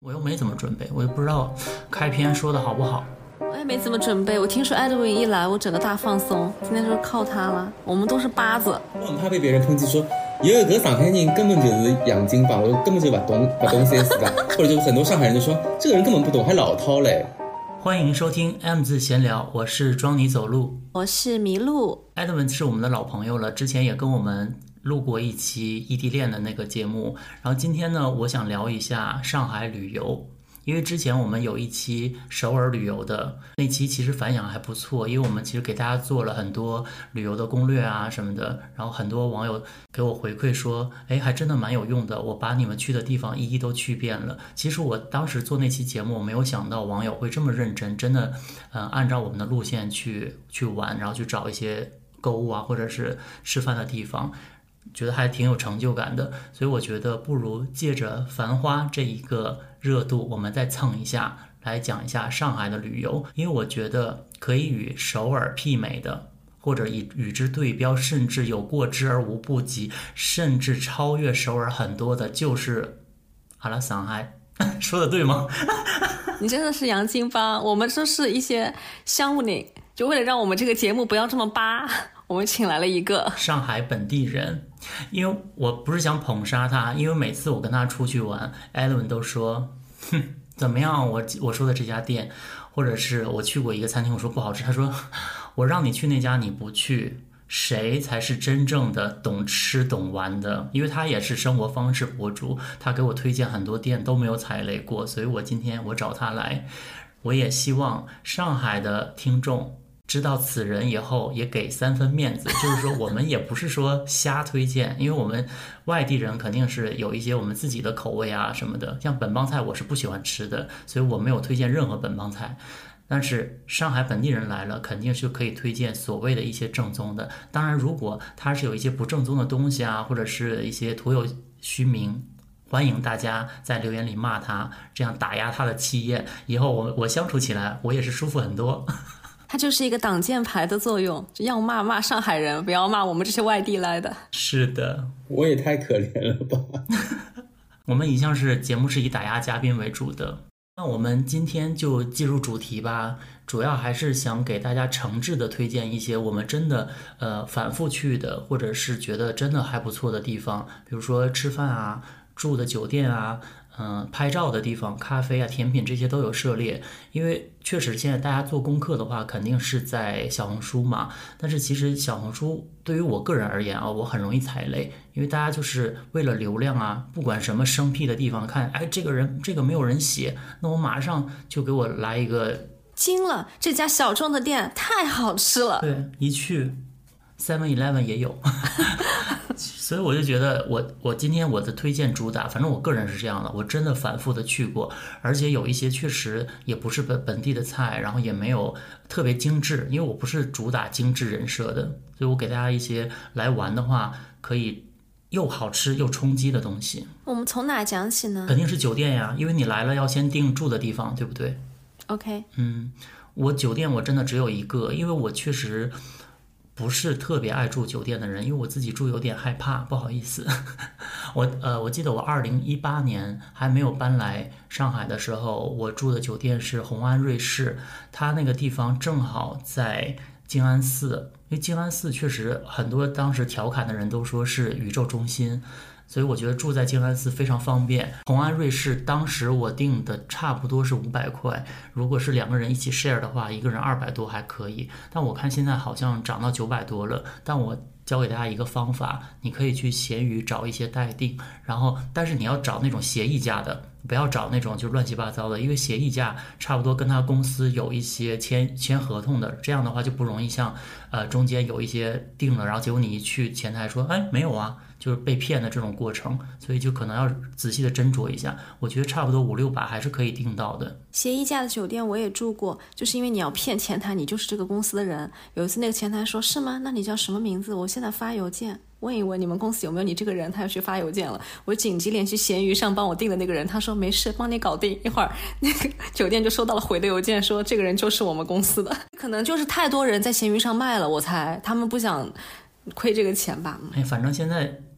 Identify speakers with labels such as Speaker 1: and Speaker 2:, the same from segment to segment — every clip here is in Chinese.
Speaker 1: 我又没怎么准备，我也不知道开篇说的好不好。
Speaker 2: 我也没怎么准备，我听说艾德文一来，我整个大放松。今天就是靠他了，我们都是八字。
Speaker 3: 我很怕被别人抨击说，有个上海人根本就是洋泾浜，我根本就不懂三四的，或者就很多上海人就说这个人根本不懂，还老套嘞。
Speaker 1: 欢迎收听 M 字闲聊，我是装你走路，
Speaker 2: 我是麋鹿。
Speaker 1: 艾德文是我们的老朋友了，之前也跟我们录过一期异地恋的那个节目。然后今天呢，我想聊一下上海旅游。因为之前我们有一期首尔旅游的那期，其实反响还不错，因为我们其实给大家做了很多旅游的攻略啊什么的，然后很多网友给我回馈说，哎，还真的蛮有用的，我把你们去的地方一一都去遍了。其实我当时做那期节目，我没有想到网友会这么认真，真的，按照我们的路线去玩，然后去找一些购物啊或者是吃饭的地方。觉得还挺有成就感的，所以我觉得不如借着繁花这一个热度，我们再蹭一下，来讲一下上海的旅游。因为我觉得可以与首尔媲美的，或者与之对标，甚至有过之而无不及，甚至超越首尔很多的，就是阿拉上海。说的对吗？
Speaker 2: 你真的是洋泾浜，我们这是一些商务领，就为了让我们这个节目不要这么扒，我们请来了一个
Speaker 1: 上海本地人。因为我不是想捧杀他，因为每次我跟他出去玩，艾伦都说，怎么样？我说的这家店，或者是我去过一个餐厅，我说不好吃，他说我让你去那家你不去，谁才是真正的懂吃懂玩的？因为他也是生活方式博主，他给我推荐很多店都没有踩雷过，所以我今天我找他来，我也希望上海的听众知道此人以后也给3分面子，就是说我们也不是说瞎推荐，因为我们外地人肯定是有一些我们自己的口味啊什么的，像本帮菜我是不喜欢吃的，所以我没有推荐任何本帮菜。但是上海本地人来了，肯定是可以推荐所谓的一些正宗的。当然如果他是有一些不正宗的东西啊，或者是一些徒有虚名，欢迎大家在留言里骂他，这样打压他的气焰，以后我相处起来我也是舒服很多。
Speaker 2: 它就是一个挡箭牌的作用，要骂上海人，不要骂我们这些外地来的。
Speaker 1: 是的，
Speaker 3: 我也太可怜了吧。
Speaker 1: 我们一向是节目是以打压嘉宾为主的，那我们今天就进入主题吧，主要还是想给大家诚挚的推荐一些我们真的反复去的，或者是觉得真的还不错的地方，比如说吃饭啊，住的酒店啊，拍照的地方，咖啡啊，甜品这些都有涉猎。因为确实现在大家做功课的话肯定是在小红书嘛，但是其实小红书对于我个人而言啊，我很容易踩雷，因为大家就是为了流量啊，不管什么生僻的地方看，哎，这个没有人写，那我马上就给我来一个
Speaker 2: 惊了，这家小众的店太好吃了。
Speaker 1: 对，一去 7-Eleven 也有。所以我就觉得我今天我的推荐主打，反正我个人是这样的，我真的反复的去过，而且有一些确实也不是本地的菜，然后也没有特别精致，因为我不是主打精致人设的，所以我给大家一些来玩的话可以又好吃又充饥的东西。
Speaker 2: 我们从哪讲起呢？
Speaker 1: 肯定是酒店呀，因为你来了要先订住的地方，对不对？
Speaker 2: OK。
Speaker 1: 我酒店我真的只有一个，因为我确实不是特别爱住酒店的人，因为我自己住有点害怕，不好意思。我记得我2018年还没有搬来上海的时候，我住的酒店是红安瑞士，它那个地方正好在静安寺，因为静安寺确实很多当时调侃的人都说是宇宙中心，所以我觉得住在静安寺非常方便。红安瑞士当时我订的差不多是500块，如果是2个人一起 share 的话，一个人200多还可以，但我看现在好像涨到900多了。但我教给大家一个方法，你可以去闲鱼找一些代订，然后但是你要找那种协议价的，不要找那种就乱七八糟的，因为协议价差不多跟他公司有一些签合同的，这样的话就不容易像中间有一些订了，然后结果你一去前台说哎没有啊，就是被骗的这种过程，所以就可能要仔细的斟酌一下。我觉得差不多500-600还是可以订到的。
Speaker 2: 协议价的酒店我也住过，就是因为你要骗前台你就是这个公司的人。有一次那个前台说是吗？那你叫什么名字？我现在发邮件问一问你们公司有没有你这个人，他要去发邮件了。我紧急联系闲鱼上帮我订的那个人，他说没事，帮你搞定。一会儿那个酒店就收到了回的邮件，说这个人就是我们公司的。可能就是太多人在闲鱼上卖了，我猜他们不想亏这个钱吧。
Speaker 1: 反正现在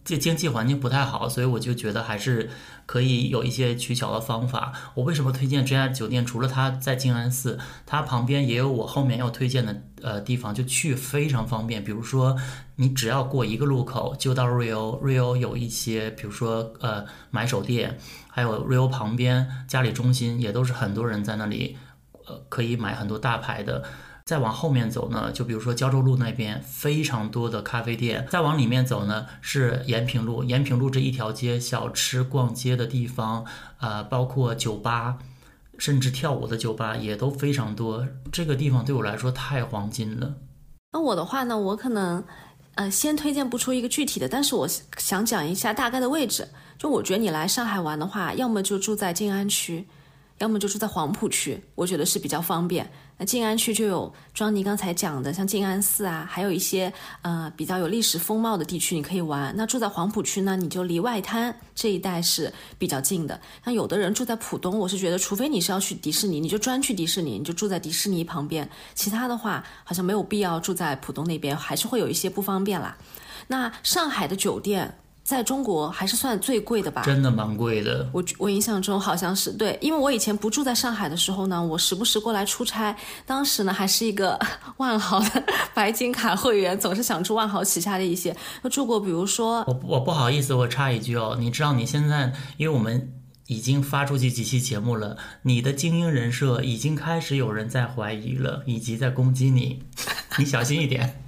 Speaker 1: 这经济环境不太好，所以我就觉得还是可以有一些取巧的方法。我为什么推荐这家酒店？除了它在静安寺，它旁边也有我后面要推荐的地方，就去非常方便。比如说，你只要过一个路口就到瑞欧，瑞欧有一些，比如说买手店，还有瑞欧旁边嘉里中心也都是很多人在那里，可以买很多大牌的。再往后面走呢，就比如说胶州路那边非常多的咖啡店，再往里面走呢是延平路，延平路这一条街小吃逛街的地方，包括酒吧，甚至跳舞的酒吧也都非常多。这个地方对我来说太黄金了。
Speaker 2: 那我的话呢，我可能先推荐不出一个具体的，但是我想讲一下大概的位置。就我觉得你来上海玩的话，要么就住在静安区，要么就住在黄浦区，我觉得是比较方便。那静安区就有庄妮刚才讲的，像静安寺啊，还有一些比较有历史风貌的地区你可以玩。那住在黄浦区呢，你就离外滩这一带是比较近的。像有的人住在浦东，我是觉得除非你是要去迪士尼，你就专去迪士尼，你就住在迪士尼旁边，其他的话好像没有必要住在浦东那边，还是会有一些不方便啦。那上海的酒店在中国还是算最贵的吧？
Speaker 1: 真的蛮贵的。
Speaker 2: 我印象中好像是对，因为我以前不住在上海的时候呢，我时不时过来出差，当时呢还是一个万豪的白金卡会员，总是想住万豪旗下的一些，住过比如说
Speaker 1: 我不好意思，我插一句哦，你知道你现在，因为我们已经发出去几期节目了，你的精英人设已经开始有人在怀疑了，以及在攻击你，你小心一点。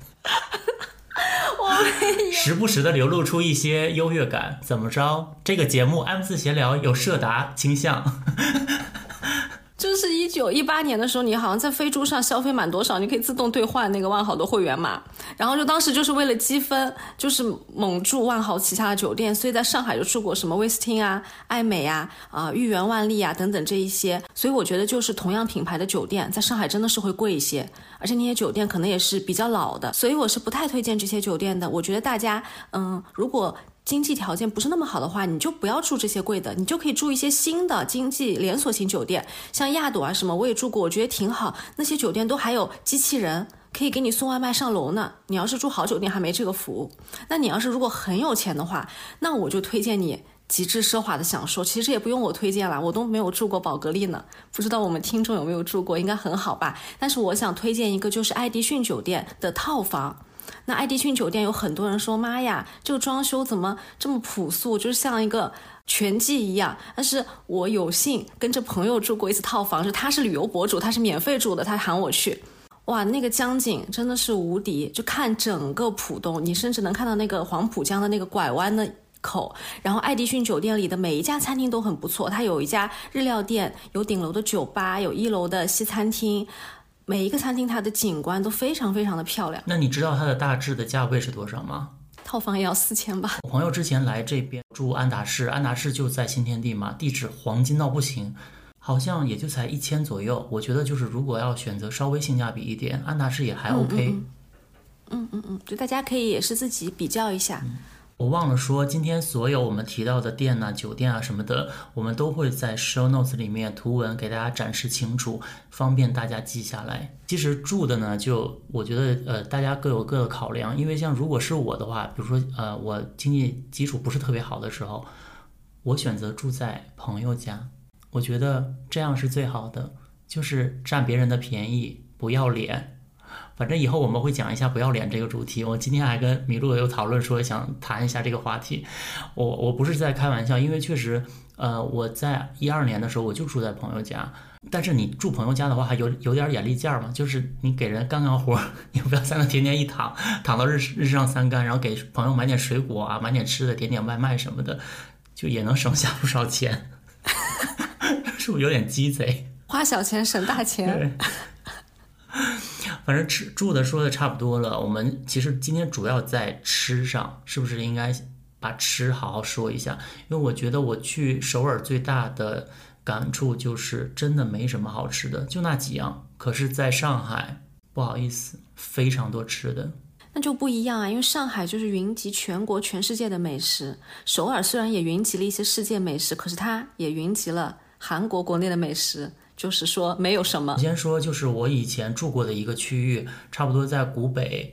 Speaker 1: 时不时的流露出一些优越感，怎么着？这个节目 M 字闲聊有社达倾向。
Speaker 2: 就是1918年的时候，你好像在飞猪上消费满多少，你可以自动兑换那个万豪的会员码。然后就当时就是为了积分，就是猛住万豪旗下的酒店，所以在上海就住过什么威斯汀啊、艾美啊、豫园万丽啊等等这一些。所以我觉得就是同样品牌的酒店，在上海真的是会贵一些，而且那些酒店可能也是比较老的，所以我是不太推荐这些酒店的。我觉得大家如果经济条件不是那么好的话，你就不要住这些贵的，你就可以住一些新的经济连锁型酒店，像亚朵啊什么我也住过，我觉得挺好。那些酒店都还有机器人可以给你送外卖上楼呢。你要是住好酒店还没这个服务，那你要是如果很有钱的话，那我就推荐你极致奢华的享受。其实也不用我推荐啦，我都没有住过宝格丽呢，不知道我们听众有没有住过，应该很好吧。但是我想推荐一个，就是爱迪逊酒店的套房。那爱迪逊酒店有很多人说，妈呀，这个装修怎么这么朴素，就是像一个全季一样。但是我有幸跟着朋友住过一次套房，他是旅游博主，他是免费住的，他喊我去。哇，那个江景真的是无敌，就看整个浦东，你甚至能看到那个黄浦江的那个拐弯的口。然后爱迪逊酒店里的每一家餐厅都很不错，它有一家日料店，有顶楼的酒吧，有1楼的西餐厅，每一个餐厅它的景观都非常非常的漂亮。
Speaker 1: 那你知道它的大致的价位是多少吗？
Speaker 2: 套房也要4000吧。
Speaker 1: 我朋友之前来这边住安达仕，安达仕就在新天地嘛，地址黄金到不行，好像也就才1000左右。我觉得就是如果要选择稍微性价比一点，安达仕也还 OK。
Speaker 2: 就大家可以也是自己比较一下。
Speaker 1: 我忘了说，今天所有我们提到的店啊、酒店啊什么的，我们都会在 show notes 里面图文给大家展示清楚，方便大家记下来。其实住的呢，就我觉得大家各有各的考量，因为像如果是我的话，比如说我经济基础不是特别好的时候，我选择住在朋友家，我觉得这样是最好的，就是占别人的便宜，不要脸。反正以后我们会讲一下不要脸这个主题。我今天还跟麋鹿有讨论说想谈一下这个话题，我不是在开玩笑，因为确实我在12年的时候我就住在朋友家。但是你住朋友家的话还有点眼力劲儿嘛，就是你给人干活，你不要在那天天一躺到日上三竿，然后给朋友买点水果啊，买点吃的，点外卖什么的，就也能省下不少钱。是不是有点鸡贼？
Speaker 2: 花小钱省大钱。
Speaker 1: 反正住的说的差不多了，我们其实今天主要在吃上，是不是应该把吃好好说一下？因为我觉得我去首尔最大的感触就是真的没什么好吃的，就那几样。可是在上海，不好意思，非常多吃的。
Speaker 2: 那就不一样啊，因为上海就是云集全国全世界的美食，首尔虽然也云集了一些世界美食，可是它也云集了韩国国内的美食。就是说没有什么。
Speaker 1: 我先说，就是我以前住过的一个区域，差不多在古北，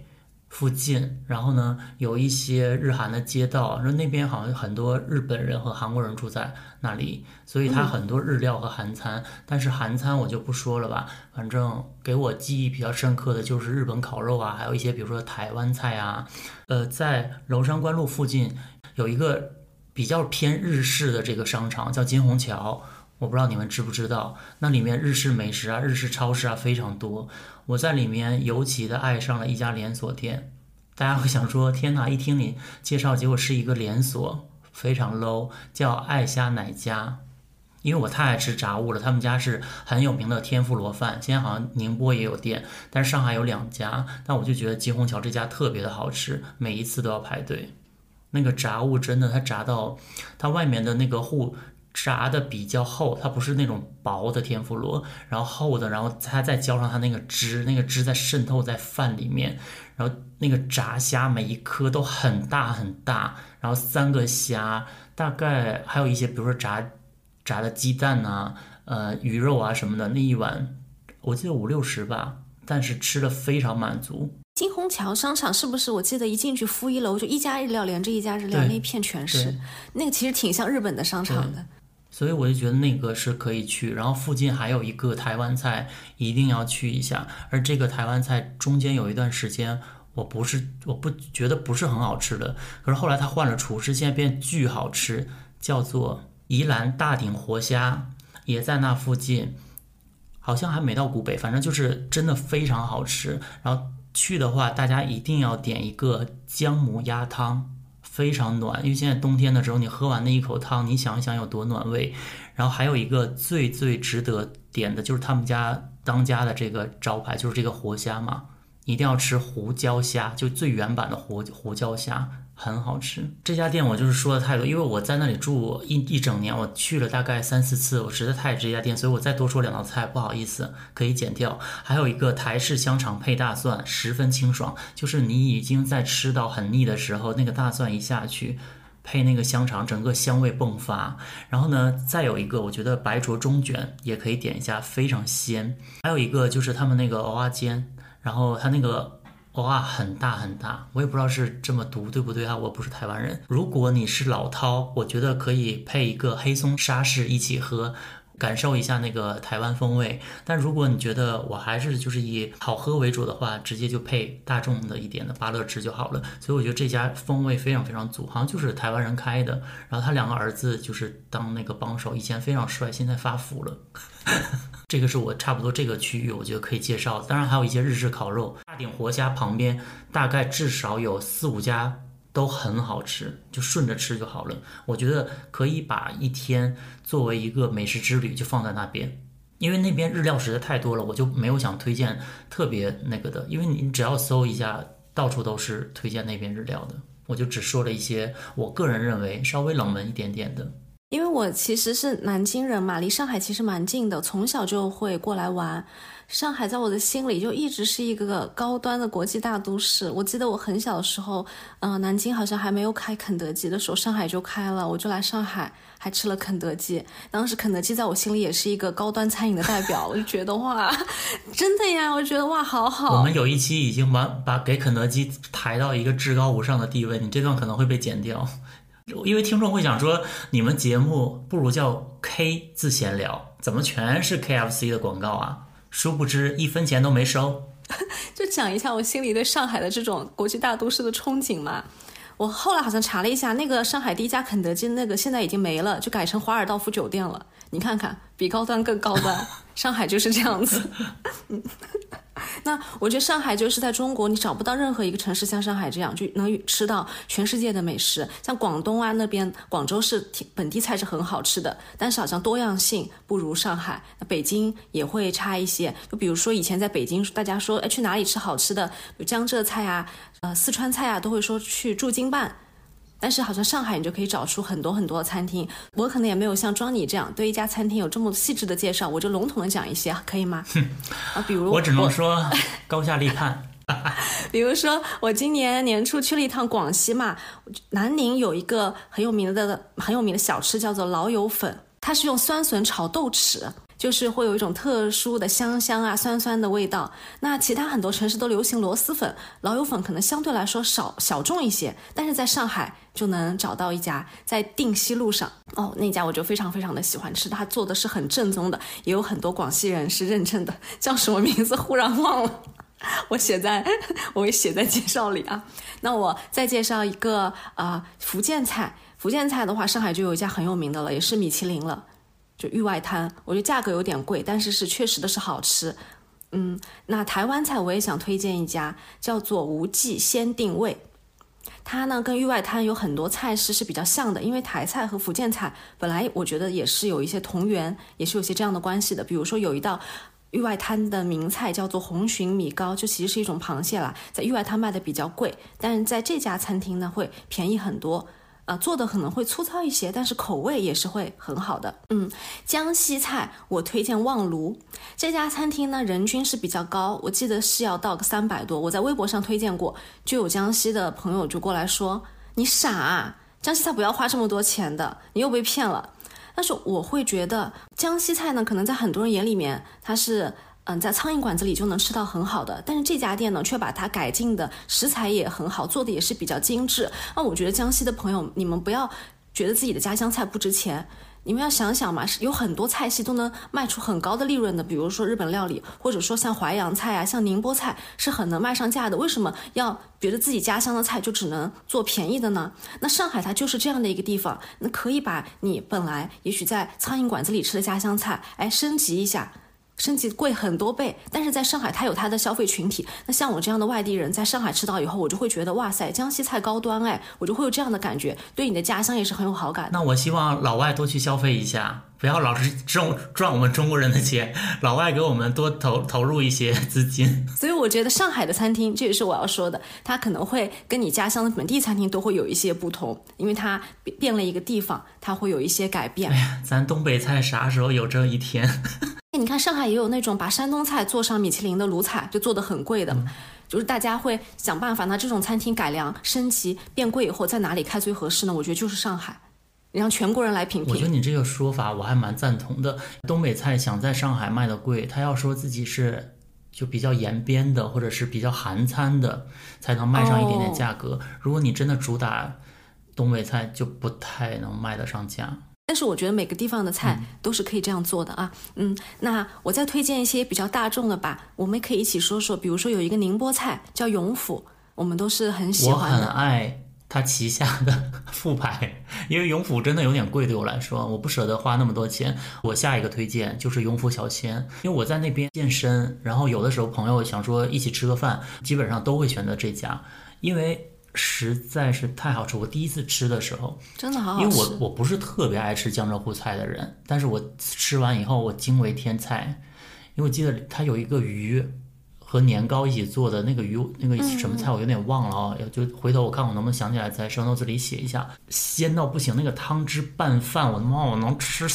Speaker 1: 附近，然后呢有一些日韩的街道，然后那边好像很多日本人和韩国人住在那里，所以它很多日料和韩餐。但是韩餐我就不说了吧，反正给我记忆比较深刻的就是日本烤肉啊，还有一些比如说台湾菜啊。在娄山关路附近有一个比较偏日式的这个商场叫金虹桥，我不知道你们知不知道，那里面日式美食啊、日式超市啊非常多。我在里面尤其的爱上了一家连锁店。大家会想说，天哪，一听你介绍，结果是一个连锁，非常 low， 叫爱虾奶家。因为我太爱吃炸物了，他们家是很有名的天妇罗饭，现在好像宁波也有店，但是上海有2家，但我就觉得金虹桥这家特别的好吃，每一次都要排队。那个炸物真的，它炸到它外面的那个炸的比较厚，它不是那种薄的天妇罗，然后厚的，然后它再浇上它那个汁，那个汁在渗透在饭里面，然后那个炸虾每一颗都很大很大，然后3个虾，大概还有一些比如说炸的鸡蛋啊、鱼肉啊什么的，那一碗我记得50-60吧，但是吃的非常满足。
Speaker 2: 金虹桥商场是不是我记得一进去负1楼就一家日料连着一家日料，那一片全是，那个其实挺像日本的商场的。
Speaker 1: 所以我就觉得那个是可以去，然后附近还有一个台湾菜一定要去一下，而这个台湾菜中间有一段时间我不觉得不是很好吃的，可是后来他换了厨师，现在变巨好吃，叫做宜兰大鼎活虾，也在那附近，好像还没到古北，反正就是真的非常好吃。然后去的话大家一定要点一个姜母鸭汤，非常暖，因为现在冬天的时候你喝完那一口汤，你想一想有多暖胃。然后还有一个最值得点的就是他们家当家的这个招牌，就是这个活虾嘛，一定要吃胡椒虾，就最原版的胡椒虾，很好吃。这家店我就是说的太多，因为我在那里住一整年，我去了大概3-4次，我实在太爱这家店，所以我再多说2道菜不好意思，可以剪掉。还有一个台式香肠配大蒜，十分清爽，就是你已经在吃到很腻的时候，那个大蒜一下去配那个香肠，整个香味迸发。然后呢再有一个我觉得白灼中卷也可以点一下，非常鲜。还有一个就是他们那个蚵仔煎，然后它那个蚵仔很大很大，我也不知道是这么读对不对啊，我不是台湾人。如果你是老饕，我觉得可以配一个黑松沙士一起喝，感受一下那个台湾风味。但如果你觉得我还是就是以好喝为主的话，直接就配大众的一点的芭乐汁就好了。所以我觉得这家风味非常非常足，好像就是台湾人开的，然后他2个儿子就是当那个帮手，以前非常帅，现在发福了。这个是我差不多这个区域我觉得可以介绍，当然还有一些日式烤肉，大鼎活虾旁边大概至少有4-5家都很好吃，就顺着吃就好了。我觉得可以把一天作为一个美食之旅就放在那边，因为那边日料实在太多了，我就没有想推荐特别那个的，因为你只要搜一下到处都是推荐那边日料的，我就只说了一些我个人认为稍微冷门一点点的。
Speaker 2: 因为我其实是南京人嘛，离上海其实蛮近的，从小就会过来玩。上海在我的心里就一直是一个高端的国际大都市。我记得我很小的时候，南京好像还没有开肯德基的时候，上海就开了，我就来上海还吃了肯德基。当时肯德基在我心里也是一个高端餐饮的代表，我就觉得哇，真的呀，我觉得哇，好好。
Speaker 1: 我们有一期已经把给肯德基抬到一个至高无上的地位，你这段可能会被剪掉。因为听众会想说，你们节目不如叫 K 字闲聊，怎么全是 KFC 的广告啊？殊不知1分钱都没收。
Speaker 2: 就讲一下我心里对上海的这种国际大都市的憧憬嘛。我后来好像查了一下，那个上海第一家肯德基那个现在已经没了，就改成华尔道夫酒店了。你看看，比高端更高端，上海就是这样子。那我觉得上海就是在中国你找不到任何一个城市像上海这样就能吃到全世界的美食。像广东啊那边，广州是本地菜是很好吃的，但是好像多样性不如上海。那北京也会差一些，就比如说以前在北京大家说去哪里吃好吃的，有江浙菜啊四川菜啊，都会说去驻京办。但是好像上海你就可以找出很多很多的餐厅，我可能也没有像庄你这样对一家餐厅有这么细致的介绍，我就笼统的讲一些，可以吗？比如
Speaker 1: 我只能说高下立判。
Speaker 2: 比如说我今年年初去了一趟广西嘛，南宁有一个很有名的小吃叫做老友粉，它是用酸笋炒豆豉， 就是会有一种特殊的香香啊、酸酸的味道。那其他很多城市都流行螺蛳粉，老友粉可能相对来说小众一些，但是在上海就能找到一家在定西路上那家我就非常非常的喜欢吃，它做的是很正宗的，也有很多广西人是认证的，叫什么名字忽然忘了。我会写在介绍里啊。那我再介绍一个福建菜。福建菜的话，上海就有一家很有名的了，也是米其林了，就裕外滩。我觉得价格有点贵，但是确实的是好吃。那台湾菜我也想推荐一家，叫做无忌鲜定味。它呢跟裕外滩有很多菜式是比较像的，因为台菜和福建菜本来我觉得也是有一些同源，也是有些这样的关系的。比如说有一道裕外滩的名菜叫做红鲟米糕，就其实是一种螃蟹啦，在裕外滩卖的比较贵，但是在这家餐厅呢会便宜很多。做的可能会粗糙一些，但是口味也是会很好的。江西菜我推荐望庐这家餐厅呢，人均是比较高，我记得是要到个300多。我在微博上推荐过，就有江西的朋友就过来说：“你傻啊，江西菜不要花这么多钱的，你又被骗了。”但是我会觉得江西菜呢，可能在很多人眼里面它是在苍蝇馆子里就能吃到很好的，但是这家店呢却把它改进的食材也很好，做的也是比较精致。我觉得江西的朋友，你们不要觉得自己的家乡菜不值钱，你们要想想嘛，有很多菜系都能卖出很高的利润的，比如说日本料理，或者说像淮扬菜啊，像宁波菜是很能卖上价的。为什么要觉得自己家乡的菜就只能做便宜的呢？那上海它就是这样的一个地方，那可以把你本来也许在苍蝇馆子里吃的家乡菜，升级一下，升级贵很多倍，但是在上海它有它的消费群体。那像我这样的外地人在上海吃到以后，我就会觉得哇塞，江西菜高端我就会有这样的感觉，对你的家乡也是很有好感的。
Speaker 1: 那我希望老外多去消费一下，不要老是赚我们中国人的钱，老外给我们多投入一些资金。
Speaker 2: 所以我觉得上海的餐厅，这也是我要说的，它可能会跟你家乡的本地餐厅都会有一些不同，因为它变了一个地方，它会有一些改变。
Speaker 1: 咱东北菜啥时候有这一天？
Speaker 2: 你看上海也有那种把山东菜做上米其林的鲁菜，就做得很贵的，就是大家会想办法拿这种餐厅改良升级变贵以后，在哪里开最合适呢？我觉得就是上海，让全国人来品评。
Speaker 1: 我觉得你这个说法我还蛮赞同的。东北菜想在上海卖的贵，他要说自己是就比较延边的，或者是比较韩餐的，才能卖上一点点价格。如果你真的主打东北菜，就不太能卖得上价。
Speaker 2: 但是我觉得每个地方的菜都是可以这样做的啊。那我再推荐一些比较大众的吧，我们可以一起说说。比如说有一个宁波菜叫永府，我们都是很喜欢的。
Speaker 1: 我很爱他旗下的副牌，因为永府真的有点贵，对我来说我不舍得花那么多钱。我下一个推荐就是永福小鲜，因为我在那边健身，然后有的时候朋友想说一起吃个饭，基本上都会选择这家，因为实在是太好吃。我第一次吃的时候
Speaker 2: 真的好好吃，
Speaker 1: 因为我不是特别爱吃江浙沪菜的人，但是我吃完以后我惊为天菜。因为我记得它有一个鱼和年糕一起做的那个鱼，那个什么菜我有点忘了就回头我看我能不能想起来，在show notes里写一下。鲜到不行，那个汤汁拌饭，我能吃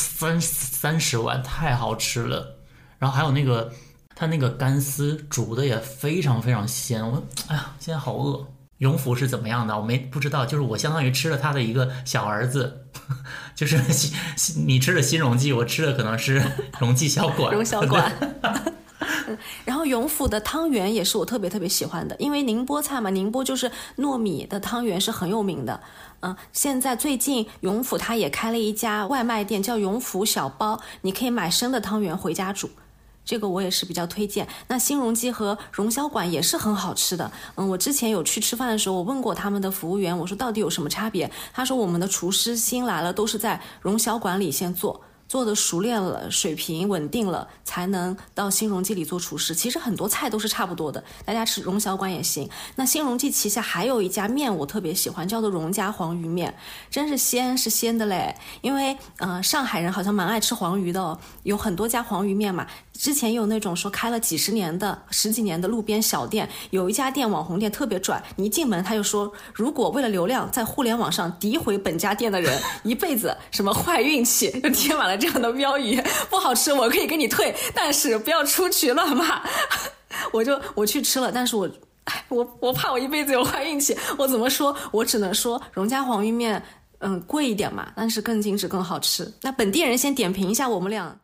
Speaker 1: 30碗，太好吃了。然后还有那个它那个干丝煮的也非常非常鲜，现在好饿。永福是怎么样的？我不知道，就是我相当于吃了他的一个小儿子，就是你吃的新荣记，我吃的可能是荣记小馆。
Speaker 2: 荣小馆。然后永福的汤圆也是我特别特别喜欢的，因为宁波菜嘛，宁波就是糯米的汤圆是很有名的。现在最近永福它也开了一家外卖店，叫永福小包，你可以买生的汤圆回家煮。这个我也是比较推荐。那新荣记和荣小馆也是很好吃的。我之前有去吃饭的时候，我问过他们的服务员，我说到底有什么差别？他说我们的厨师新来了，都是在荣小馆里先做的熟练了，水平稳定了，才能到新荣记里做厨师。其实很多菜都是差不多的，大家吃荣小馆也行。那新荣记旗下还有一家面我特别喜欢，叫做荣家黄鱼面，真是鲜的嘞。因为上海人好像蛮爱吃黄鱼的有很多家黄鱼面嘛。之前有那种说开了十几年的路边小店，有一家店网红店特别拽，你一进门他就说，如果为了流量在互联网上诋毁本家店的人，一辈子什么坏运气，就贴满了这样的标语。不好吃我可以给你退，但是不要出去乱骂。我去吃了，但是我怕我一辈子有坏运气，我怎么说？我只能说荣家黄鱼面贵一点嘛，但是更精致更好吃。那本地人先点评一下我们俩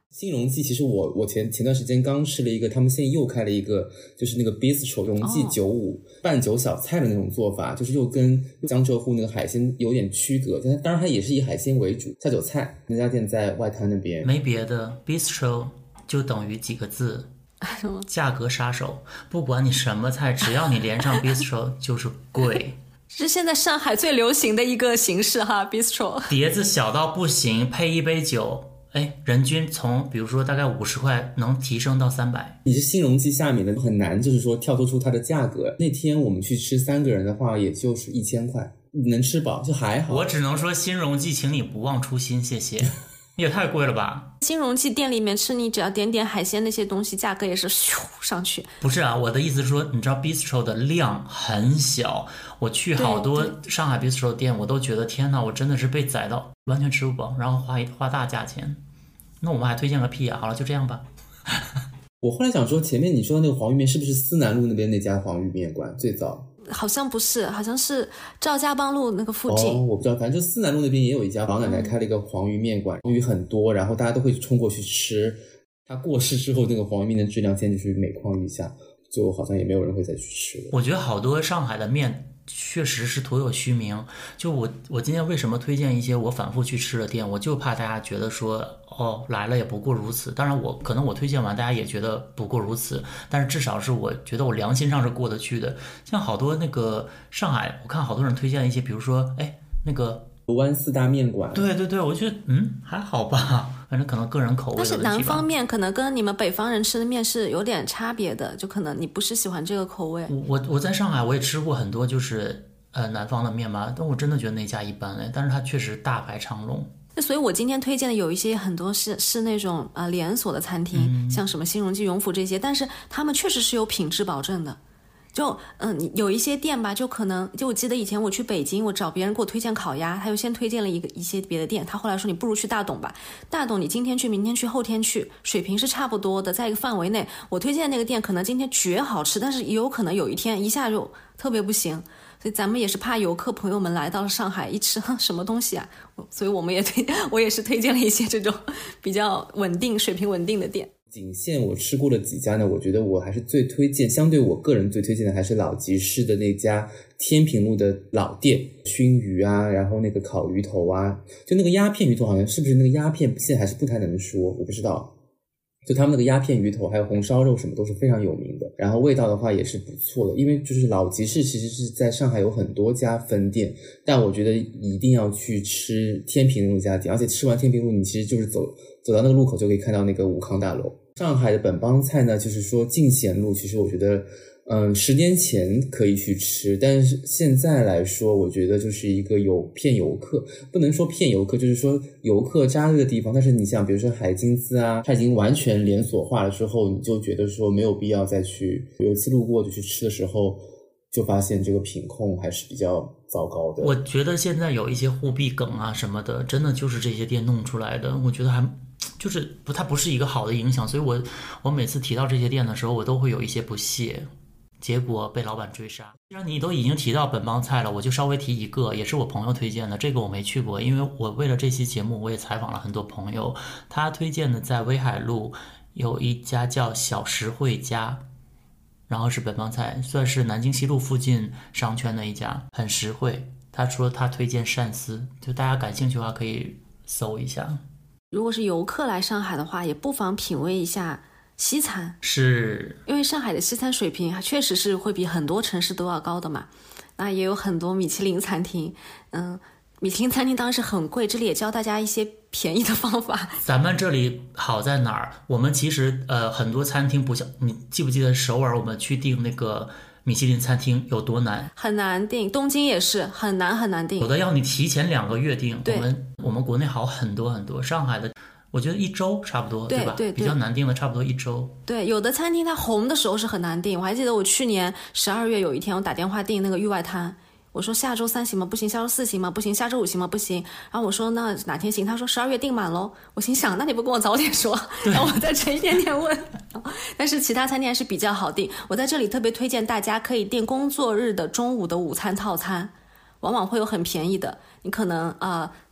Speaker 3: 新荣记其实我前段时间刚吃了一个，他们现在又开了一个，就是那个 bistro 荣记95半酒小菜的那种做法，就是又跟江浙沪那个海鲜有点区隔，但当然它也是以海鲜为主，下酒菜。那家店在外滩那边，
Speaker 1: 没别的 bistro 就等于几个字，价格杀手，不管你什么菜，只要你连上 bistro 就是贵。
Speaker 2: 是现在上海最流行的一个形式哈 bistro，
Speaker 1: 碟子小到不行，配一杯酒，人均从比如说大概50块能提升到300。
Speaker 3: 你是新荣记下面的，很难就是说跳脱出它的价格。那天我们去吃3个人的话，也就是1000块，能吃饱就还好。
Speaker 1: 我只能说新荣记，请你不忘初心，谢谢。也太贵了吧！
Speaker 2: 新荣记店里面吃，你只要点点海鲜那些东西，价格也是咻上去。
Speaker 1: 不是啊，我的意思是说，你知道 bistro 的量很小，我去好多上海 bistro 店，我都觉得天哪，我真的是被宰到完全吃不饱，然后花大价钱。那我们还推荐个屁啊！好了，就这样吧。
Speaker 3: 我后来想说，前面你说的那个黄鱼面是不是思南路那边那家黄鱼面馆最早？
Speaker 2: 好像不是，好像是赵家浜路那个附近。
Speaker 3: 我不知道，反正就思南路那边也有一家王奶奶开了一个黄鱼面馆，黄鱼很多，然后大家都会冲过去吃。他过世之后，那个黄鱼面的质量现在就是每况愈下，就好像也没有人会再去吃了。
Speaker 1: 我觉得好多上海的面确实是徒有虚名。就我今天为什么推荐一些我反复去吃的店，我就怕大家觉得说来了也不过如此。当然可能我推荐完大家也觉得不过如此，但是至少是我觉得我良心上是过得去的。像好多那个上海，我看好多人推荐一些，比如说那个
Speaker 3: 湾四大面馆，
Speaker 1: 对，我觉得还好吧，反正可能个人口味的问题吧。
Speaker 2: 但是南方面可能跟你们北方人吃的面是有点差别的，就可能你不是喜欢这个口味。
Speaker 1: 我在上海我也吃过很多就是南方的面嘛，但我真的觉得那家一般但是它确实大排长龙。
Speaker 2: 所以我今天推荐的有一些很多是那种连锁的餐厅，像什么新荣记、永福这些，但是他们确实是有品质保证的。就有一些店吧，就可能就我记得以前我去北京，我找别人给我推荐烤鸭，他又先推荐了一些别的店，他后来说你不如去大董吧，大董你今天去明天去后天去，水平是差不多的，在一个范围内。我推荐的那个店可能今天绝好吃，但是也有可能有一天一下就特别不行。所以咱们也是怕游客朋友们来到了上海一吃什么东西啊，所以我也是推荐了一些这种比较稳定、水平稳定的店。
Speaker 3: 仅限我吃过的几家呢，我觉得我还是最推荐，相对我个人最推荐的还是老集市的那家天平路的老店，熏鱼啊，然后那个烤鱼头啊，就那个鸦片鱼头好像是不是那个鸦片现在还是不太能说，我不知道。就他们那个鸦片鱼头还有红烧肉什么都是非常有名的，然后味道的话也是不错的。因为就是老集市其实是在上海有很多家分店，但我觉得一定要去吃天平路那家店，而且吃完天平路你其实就是走到那个路口就可以看到那个武康大楼。上海的本帮菜呢，就是说进贤路其实我觉得10年前可以去吃，但是现在来说我觉得就是一个有骗游客，不能说骗游客，就是说游客扎这个地方。但是你像比如说海金滋啊，它已经完全连锁化了之后，你就觉得说没有必要再去。有一次路过就去吃的时候，就发现这个品控还是比较糟糕的。
Speaker 1: 我觉得现在有一些货币梗啊什么的，真的就是这些店弄出来的，我觉得就是它不是一个好的影响。所以我每次提到这些店的时候，我都会有一些不屑，结果被老板追杀。既然你都已经提到本帮菜了，我就稍微提一个，也是我朋友推荐的，这个我没去过，因为我为了这期节目我也采访了很多朋友，他推荐的在威海路有一家叫小实惠家，然后是本帮菜，算是南京西路附近商圈的一家，很实惠。他说他推荐鳝丝，就大家感兴趣的话可以搜一下。
Speaker 2: 如果是游客来上海的话，也不妨品味一下西餐，
Speaker 1: 是
Speaker 2: 因为上海的西餐水平确实是会比很多城市都要高的嘛。那也有很多米其林餐厅，米其林餐厅当然是很贵，这里也教大家一些便宜的方法。
Speaker 1: 咱们这里好在哪儿？我们其实很多餐厅不像，你记不记得首尔我们去订那个米其林餐厅有多难？
Speaker 2: 很难订，东京也是很难订，
Speaker 1: 有的要你提前2个月订。
Speaker 2: 对，
Speaker 1: 我们国内好很多很多，上海的我觉得1周差不多，对吧？
Speaker 2: 对，
Speaker 1: 比较难订的差不多1周。
Speaker 2: 对，有的餐厅它红的时候是很难订。我还记得我去年12月有一天，我打电话订那个域外滩，我说下周3行吗？不行。下周4行吗？不行。下周5行吗？不行。然后我说那哪天行？他说12月订满咯。我心想那你不跟我早点说，让我再迟一点点问。但是其他餐厅还是比较好订。我在这里特别推荐大家可以订工作日的中午的午餐套餐，往往会有很便宜的。你可能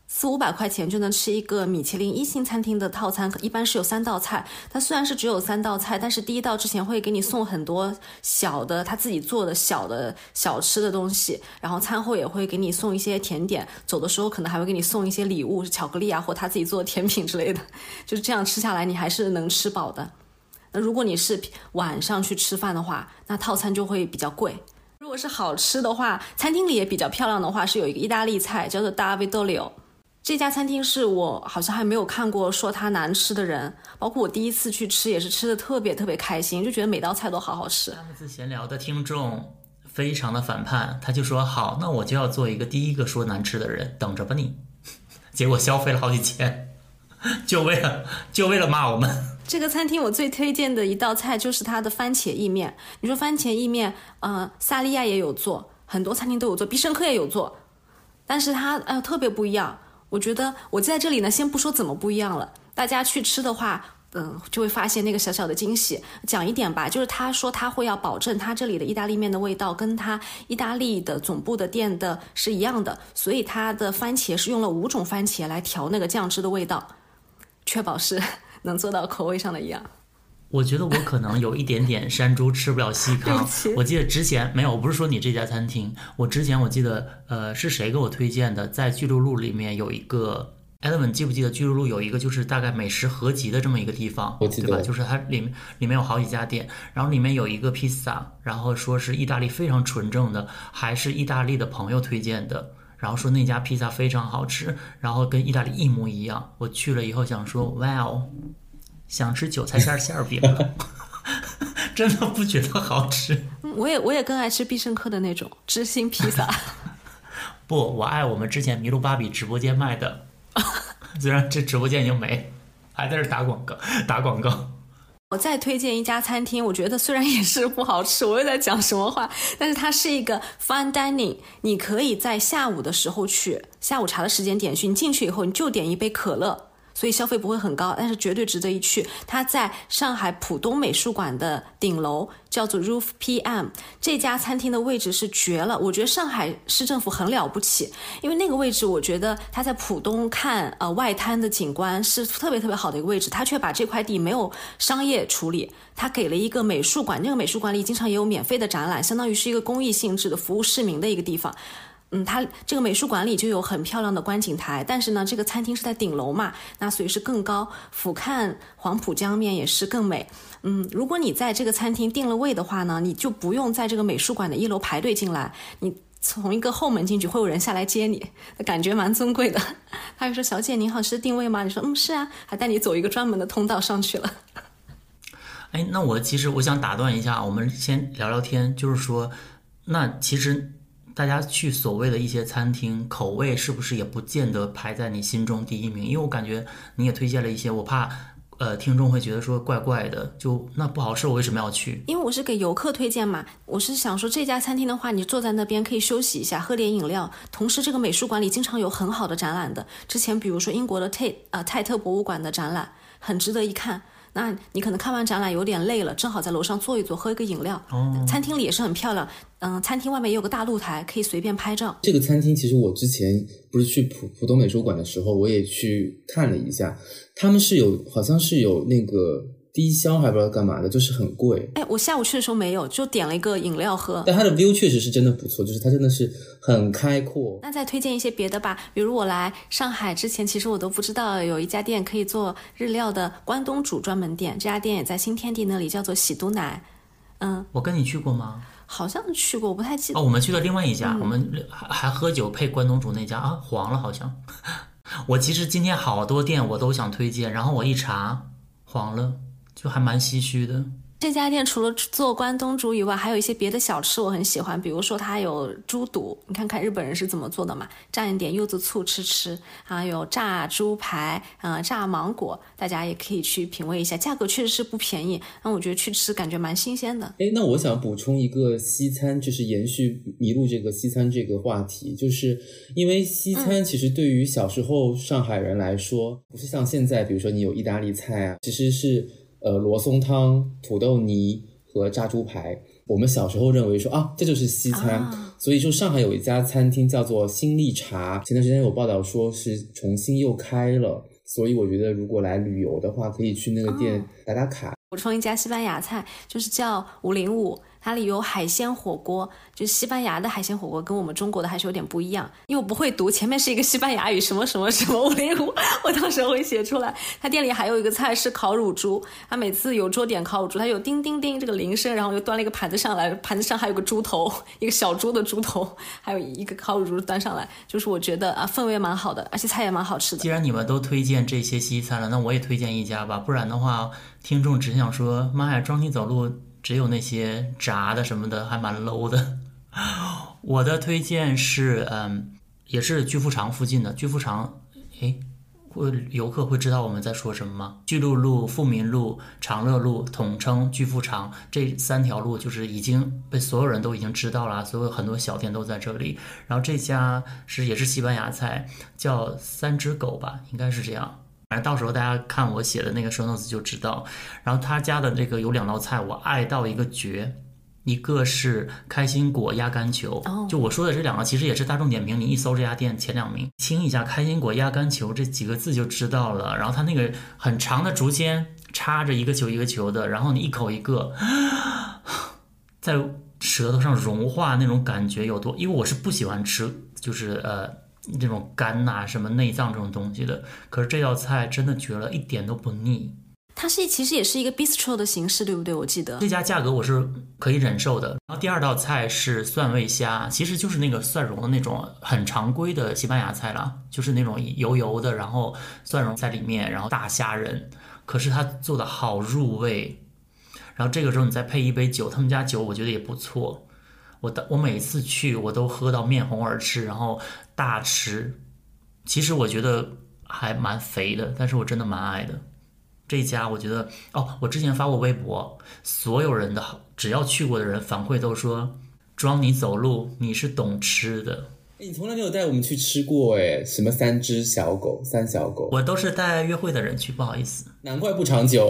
Speaker 2: 400-500块钱就能吃一个米其林1星餐厅的套餐，一般是有3道菜。它虽然是只有3道菜，但是第一道之前会给你送很多小的他自己做的小吃的东西，然后餐后也会给你送一些甜点，走的时候可能还会给你送一些礼物，巧克力啊或他自己做的甜品之类的。就是这样吃下来你还是能吃饱的。那如果你是晚上去吃饭的话，那套餐就会比较贵。如果是好吃的话，餐厅里也比较漂亮的话，是有一个意大利菜叫做 Davidolio。这家餐厅是我好像还没有看过说它难吃的人，包括我第一次去吃也是吃的特别特别开心，就觉得每道菜都好好吃。
Speaker 1: 三个字闲聊的听众非常的反叛，他就说好，那我就要做一个第一个说难吃的人，等着吧你。结果消费了好几千，就为了骂我们。
Speaker 2: 这个餐厅我最推荐的一道菜就是它的番茄意面。你说番茄意面，萨利亚也有做，很多餐厅都有做，必胜客也有做，但是它特别不一样。我觉得我在这里呢，先不说怎么不一样了，大家去吃的话，就会发现那个小小的惊喜。讲一点吧，就是他说他会要保证他这里的意大利面的味道跟他意大利的总部的店的是一样的，所以他的番茄是用了5种番茄来调那个酱汁的味道，确保是能做到口味上的一样。
Speaker 1: 我觉得我可能有一点点山猪吃不了细糠。我记得之前没有，我不是说你这家餐厅，我记得是谁给我推荐的，在巨鹿路里面有一个 Element， 记不记得巨鹿路有一个就是大概美食合集的这么一个地方，
Speaker 3: 我记得，
Speaker 1: 对吧？就是它里面有好几家店，然后里面有一个披萨，然后说是意大利非常纯正的，还是意大利的朋友推荐的。然后说那家披萨非常好吃，然后跟意大利一模一样。我去了以后想说，哇哦，想吃韭菜馅饼了，真的不觉得好吃。
Speaker 2: 我也更爱吃必胜客的那种芝心披萨。
Speaker 1: 不，我爱我们之前麋鹿芭比直播间卖的，虽然这直播间已经没，还在这打广告。
Speaker 2: 我再推荐一家餐厅，我觉得虽然也是不好吃，我又在讲什么话，但是它是一个 fine dining， 你可以在下午的时候去，下午茶的时间点去，你进去以后你就点一杯可乐，所以消费不会很高，但是绝对值得一去。它在上海浦东美术馆的顶楼，叫做 Roof PM。 这家餐厅的位置是绝了，我觉得上海市政府很了不起，因为那个位置我觉得它在浦东看外滩的景观是特别特别好的一个位置，它却把这块地没有商业处理，它给了一个美术馆，那个美术馆里经常也有免费的展览，相当于是一个公益性质的服务市民的一个地方。它这个美术馆里就有很漂亮的观景台，但是呢，这个餐厅是在顶楼嘛，那所以是更高，俯瞰黄浦江面也是更美。如果你在这个餐厅订了位的话呢，你就不用在这个美术馆的1楼排队进来，你从一个后门进去，会有人下来接你，感觉蛮尊贵的。他就说：“小姐您好，是定位吗？”你说：“是啊。”还带你走一个专门的通道上去了。
Speaker 1: 那其实我想打断一下，我们先聊聊天，就是说，那其实大家去所谓的一些餐厅，口味是不是也不见得排在你心中第一名？因为我感觉你也推荐了一些，我怕听众会觉得说怪怪的，就那不好吃，我为什么要去？
Speaker 2: 因为我是给游客推荐嘛，我是想说这家餐厅的话，你坐在那边可以休息一下，喝点饮料，同时这个美术馆里经常有很好的展览的，之前比如说英国的泰特博物馆的展览很值得一看。那你可能看完展览有点累了，正好在楼上坐一坐，喝一个饮料。餐厅里也是很漂亮，餐厅外面也有个大露台，可以随便拍照。
Speaker 3: 这个餐厅其实我之前不是去浦东美术馆的时候，我也去看了一下，他们好像是有那个低消还不知道干嘛的，就是很贵。
Speaker 2: 我下午去的时候没有，就点了一个饮料喝。
Speaker 3: 但它的 view 确实是真的不错，就是它真的是很开阔。
Speaker 2: 那再推荐一些别的吧，比如我来上海之前，其实我都不知道有一家店可以做日料的关东煮专门店，这家店也在新天地那里，叫做喜都奶。
Speaker 1: 我跟你去过吗？
Speaker 2: 好像去过，我不太记得。
Speaker 1: 我们去了另外一家，我们还喝酒配关东煮那家黄了好像。我其实今天好多店我都想推荐，然后我一查黄了，就还蛮唏嘘的。
Speaker 2: 这家店除了做关东煮以外，还有一些别的小吃我很喜欢，比如说它有猪肚，你看看日本人是怎么做的嘛，蘸一点柚子醋吃，还有炸猪排，炸芒果，大家也可以去品味一下，价格确实是不便宜，那我觉得去吃感觉蛮新鲜的。
Speaker 3: 那我想补充一个西餐，就是延续麋鹿这个西餐这个话题，就是因为西餐其实对于小时候上海人来说，不是像现在比如说你有意大利菜啊，其实是罗宋汤、土豆泥和炸猪排。 我们小时候认为说啊，这就是西餐，所以就上海有一家餐厅叫做新力茶，前段时间有报道说是重新又开了，所以我觉得如果来旅游的话，可以去那个店打打卡。
Speaker 2: 补充一家西班牙菜，就是叫505，它里有海鲜火锅，就是西班牙的海鲜火锅跟我们中国的还是有点不一样，因为我不会读，前面是一个西班牙语什么什么什么505，我到时候会写出来。它店里还有一个菜是烤乳猪，它每次有桌点烤乳猪，它有叮叮叮这个铃声，然后又端了一个盘子上来，盘子上还有个猪头，一个小猪的猪头，还有一个烤乳猪端上来，就是我觉得氛围蛮好的，而且菜也蛮好吃的。
Speaker 1: 既然你们都推荐这些西餐了，那我也推荐一家吧，不然的话听众只想说妈呀，庄尼走路只有那些炸的什么的，还蛮 low 的。我的推荐是也是巨富长附近的。巨富长游客会知道我们在说什么吗？巨鹿路、富民路、长乐路统称巨富长，这3条路就是已经被所有人都已经知道了，所有很多小店都在这里。然后这家也是西班牙菜，叫3只狗吧，应该是这样。反正到时候大家看我写的那个 show notes 就知道。然后他家的这个有2道菜我爱到一个绝，一个是开心果鸭肝球，就我说的这2个其实也是大众点评，你一搜这家店前2名，听一下开心果鸭肝球这几个字就知道了。然后它那个很长的竹签插着一个球一个球的，然后你一口一个，在舌头上融化那种感觉有多，因为我是不喜欢吃就是这种肝呐、什么内脏这种东西的，可是这道菜真的绝了，一点都不腻。
Speaker 2: 它其实也是一个 bistro 的形式，对不对？我记得
Speaker 1: 这家价格我是可以忍受的。然后第2道菜是蒜味虾，其实就是那个蒜蓉的那种很常规的西班牙菜了，就是那种油油的，然后蒜蓉在里面，然后大虾仁，可是它做的好入味。然后这个时候你再配一杯酒，他们家酒我觉得也不错。我每次去我都喝到面红耳赤，然后大吃。其实我觉得还蛮肥的，但是我真的蛮爱的。这家我觉得我之前发过微博，所有人的只要去过的人反馈都说，庄你走路你是懂吃的。
Speaker 3: 你从来没有带我们去吃过什么3只小狗、3小狗？
Speaker 1: 我都是带约会的人去，不好意思。
Speaker 3: 难怪不长久。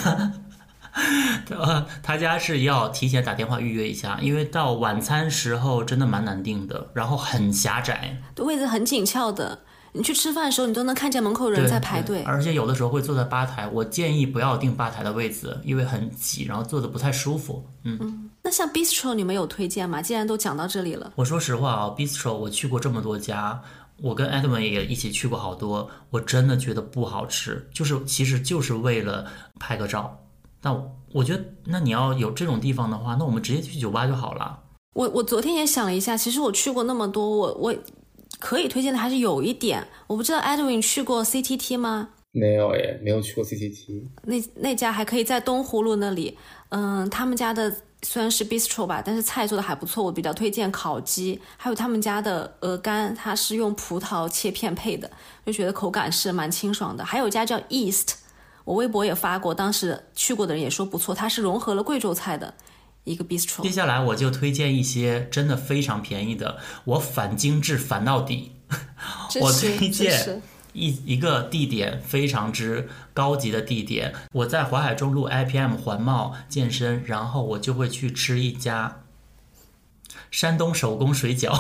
Speaker 1: 他家是要提前打电话预约一下，因为到晚餐时候真的蛮难订的，然后很狭窄，
Speaker 2: 位置很紧俏的。你去吃饭的时候，你都能看见门口人在排队，
Speaker 1: 而且有的时候会坐在吧台。我建议不要订吧台的位置，因为很挤，然后坐的不太舒服。
Speaker 2: 那像 bistro 你们有推荐吗？既然都讲到这里了，
Speaker 1: 我说实话bistro 我去过这么多家，我跟 Edmund 也一起去过好多，我真的觉得不好吃，其实就是为了拍个照。那我觉得，那你要有这种地方的话，那我们直接去酒吧就好了。
Speaker 2: 我昨天也想了一下，其实我去过那么多，我可以推荐的还是有一点。我不知道 Edwin 去过 CTT 吗？
Speaker 3: 没有没有去过 CTT。
Speaker 2: 那家还可以在东湖路那里，他们家的虽然是 bistro 吧，但是菜做的还不错。我比较推荐烤鸡，还有他们家的鹅肝，它是用葡萄切片配的，就觉得口感是蛮清爽的。还有一家叫 East， 我微博也发过，当时去过的人也说不错，它是融合了贵州菜的一个 bistro。
Speaker 1: 接下来我就推荐一些真的非常便宜的，我反精致反到底。我推荐一个地点，非常之高级的地点，我在淮海中路 IPM 环贸健身，然后我就会去吃一家山东手工水饺。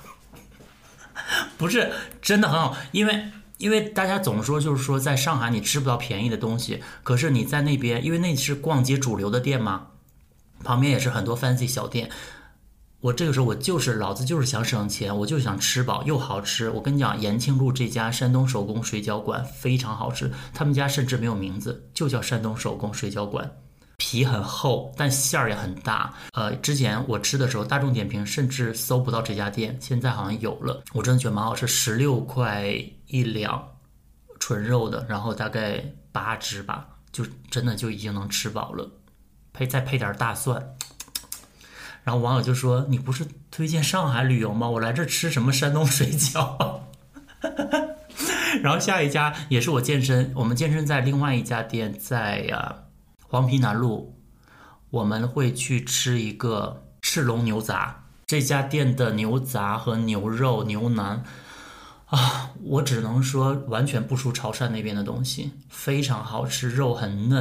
Speaker 1: 不是真的很好，因为大家总说就是说在上海你吃不到便宜的东西，可是你在那边，因为那是逛街主流的店嘛，旁边也是很多 fancy 小店。我这个时候老子就是想省钱，我就是想吃饱又好吃。我跟你讲，延庆路这家山东手工水饺馆非常好吃，他们家甚至没有名字，就叫山东手工水饺馆。皮很厚，但馅儿也很大。之前我吃的时候，大众点评甚至搜不到这家店，现在好像有了。我真的觉得蛮好吃，16块1两纯肉的，然后大概8只吧，就真的就已经能吃饱了。再配点大蒜。然后网友就说，你不是推荐上海旅游吗？我来这吃什么山东水饺？然后下一家也是我们健身在另外一家店，在黄陂南路，我们会去吃一个赤龙牛杂。这家店的牛杂和牛肉牛腩我只能说完全不输潮汕那边的东西，非常好吃，肉很嫩，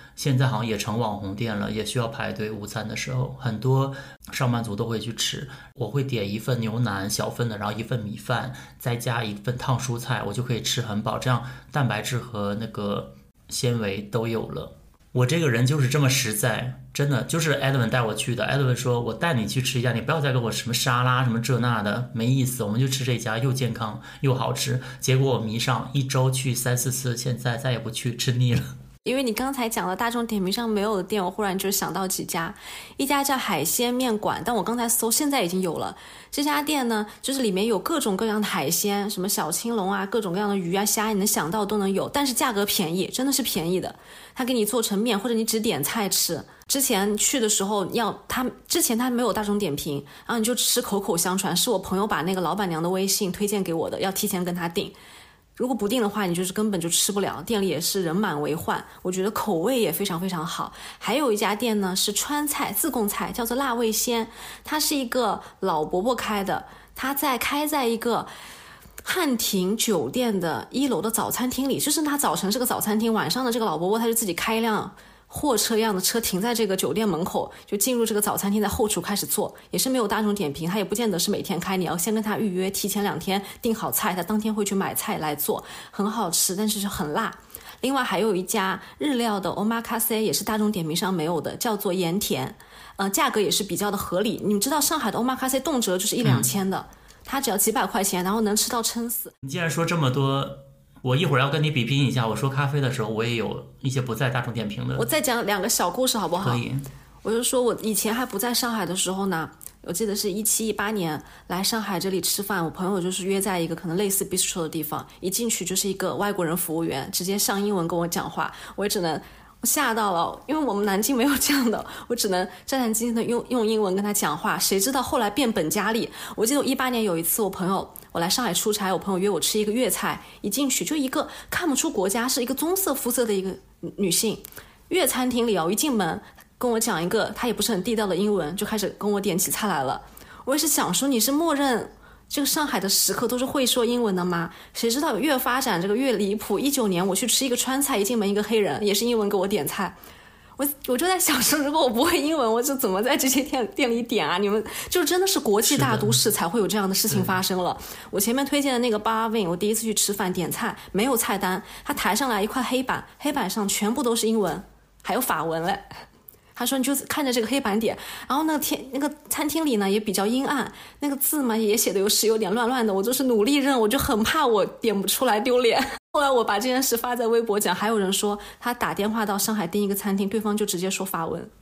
Speaker 1: 现在好像也成网红店了，也需要排队。午餐的时候，很多上班族都会去吃。我会点一份牛腩小份的，然后一份米饭，再加一份烫蔬菜，我就可以吃很饱，这样蛋白质和那个纤维都有了。我这个人就是这么实在，真的就是 Edwin 带我去的。Edwin 说我带你去吃一家，你不要再跟我什么沙拉什么这那的，没意思，我们就吃这家，又健康又好吃。结果我迷上，一周去3、4次，现在再也不去，吃腻了。
Speaker 2: 因为你刚才讲了大众点评上没有的店，我忽然就想到几家，一家叫海鲜面馆，但我刚才搜现在已经有了。这家店呢，就是里面有各种各样的海鲜，什么小青龙啊，各种各样的鱼啊虾，你能想到都能有，但是价格便宜，真的是便宜的。他给你做成面，或者你只点菜吃。之前去的时候之前他没有大众点评，然后你就吃口口相传，是我朋友把那个老板娘的微信推荐给我的，要提前跟他订。如果不定的话，你就是根本就吃不了，店里也是人满为患，我觉得口味也非常非常好。还有一家店呢是川菜自贡菜，叫做辣味鲜，它是一个老伯伯开的，他开在一个汉庭酒店的1楼的早餐厅里，就是他早晨是个早餐厅，晚上的这个老伯伯他就自己开一辆货车一样的车停在这个酒店门口，就进入这个早餐厅，在后厨开始做，也是没有大众点评，他也不见得是每天开，你要先跟他预约，提前2天订好菜，他当天会去买菜来做，很好吃，但是很辣。另外还有一家日料的 omakase 也是大众点评上没有的，叫做盐田，价格也是比较的合理。你们知道上海的 omakase 动辄就是1、2千的，它只要几百块钱，然后能吃到撑死。
Speaker 1: 你既然说这么多，我一会儿要跟你比拼一下。我说咖啡的时候，我也有一些不在大众点评的。
Speaker 2: 我再讲2个小故事好不好？
Speaker 1: 可以。
Speaker 2: 我就说我以前还不在上海的时候呢，我记得是17、18年来上海这里吃饭，我朋友就是约在一个可能类似 bistro 的地方，一进去就是一个外国人服务员，直接上英文跟我讲话，我也只能吓到了，因为我们南京没有这样的，我只能战战兢兢的用英文跟他讲话。谁知道后来变本加厉。我记得我18年有一次，我来上海出差，我朋友约我吃一个粤菜，一进去就一个看不出国家，是一个棕色肤色的一个女性，粤餐厅里一进门跟我讲一个他也不是很地道的英文，就开始跟我点起菜来了。我也是想说，你是默认这个上海的食客都是会说英文的吗？谁知道越发展这个越离谱。19年我去吃一个川菜，一进门一个黑人也是英文给我点菜，我就在想说，如果我不会英文，我就怎么在这些店里点啊？你们就真的是国际大都市才会有这样的事情发生了。我前面推荐的那个 Bar Win， 我第一次去吃饭点菜没有菜单，他抬上来一块黑板，黑板上全部都是英文，还有法文嘞。他说你就看着这个黑板点，然后那个餐厅里呢也比较阴暗，那个字嘛也写的有点乱乱的，我就是努力认，我就很怕我点不出来丢脸。后来我把这件事发在微博讲，还有人说他打电话到上海订一个餐厅，对方就直接说法文。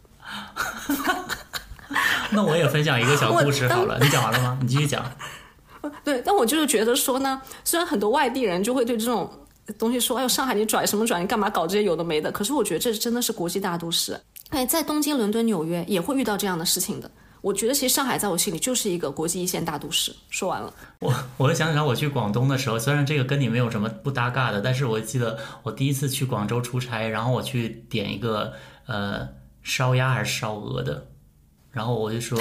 Speaker 1: 那我也分享一个小故事好了，你讲完了吗？你继续讲。
Speaker 2: 对，但我就是觉得说呢，虽然很多外地人就会对这种东西说，哎呦上海你拽什么拽，你干嘛搞这些有的没的，可是我觉得这真的是国际大都市。在东京、伦敦、纽约也会遇到这样的事情的。我觉得其实上海在我心里就是一个国际一线大都市。说完了，
Speaker 1: 我想起来我去广东的时候，虽然这个跟你没有什么不搭嘎的，但是我记得我第一次去广州出差，然后我去点一个烧鸭还是烧鹅的，然后我就说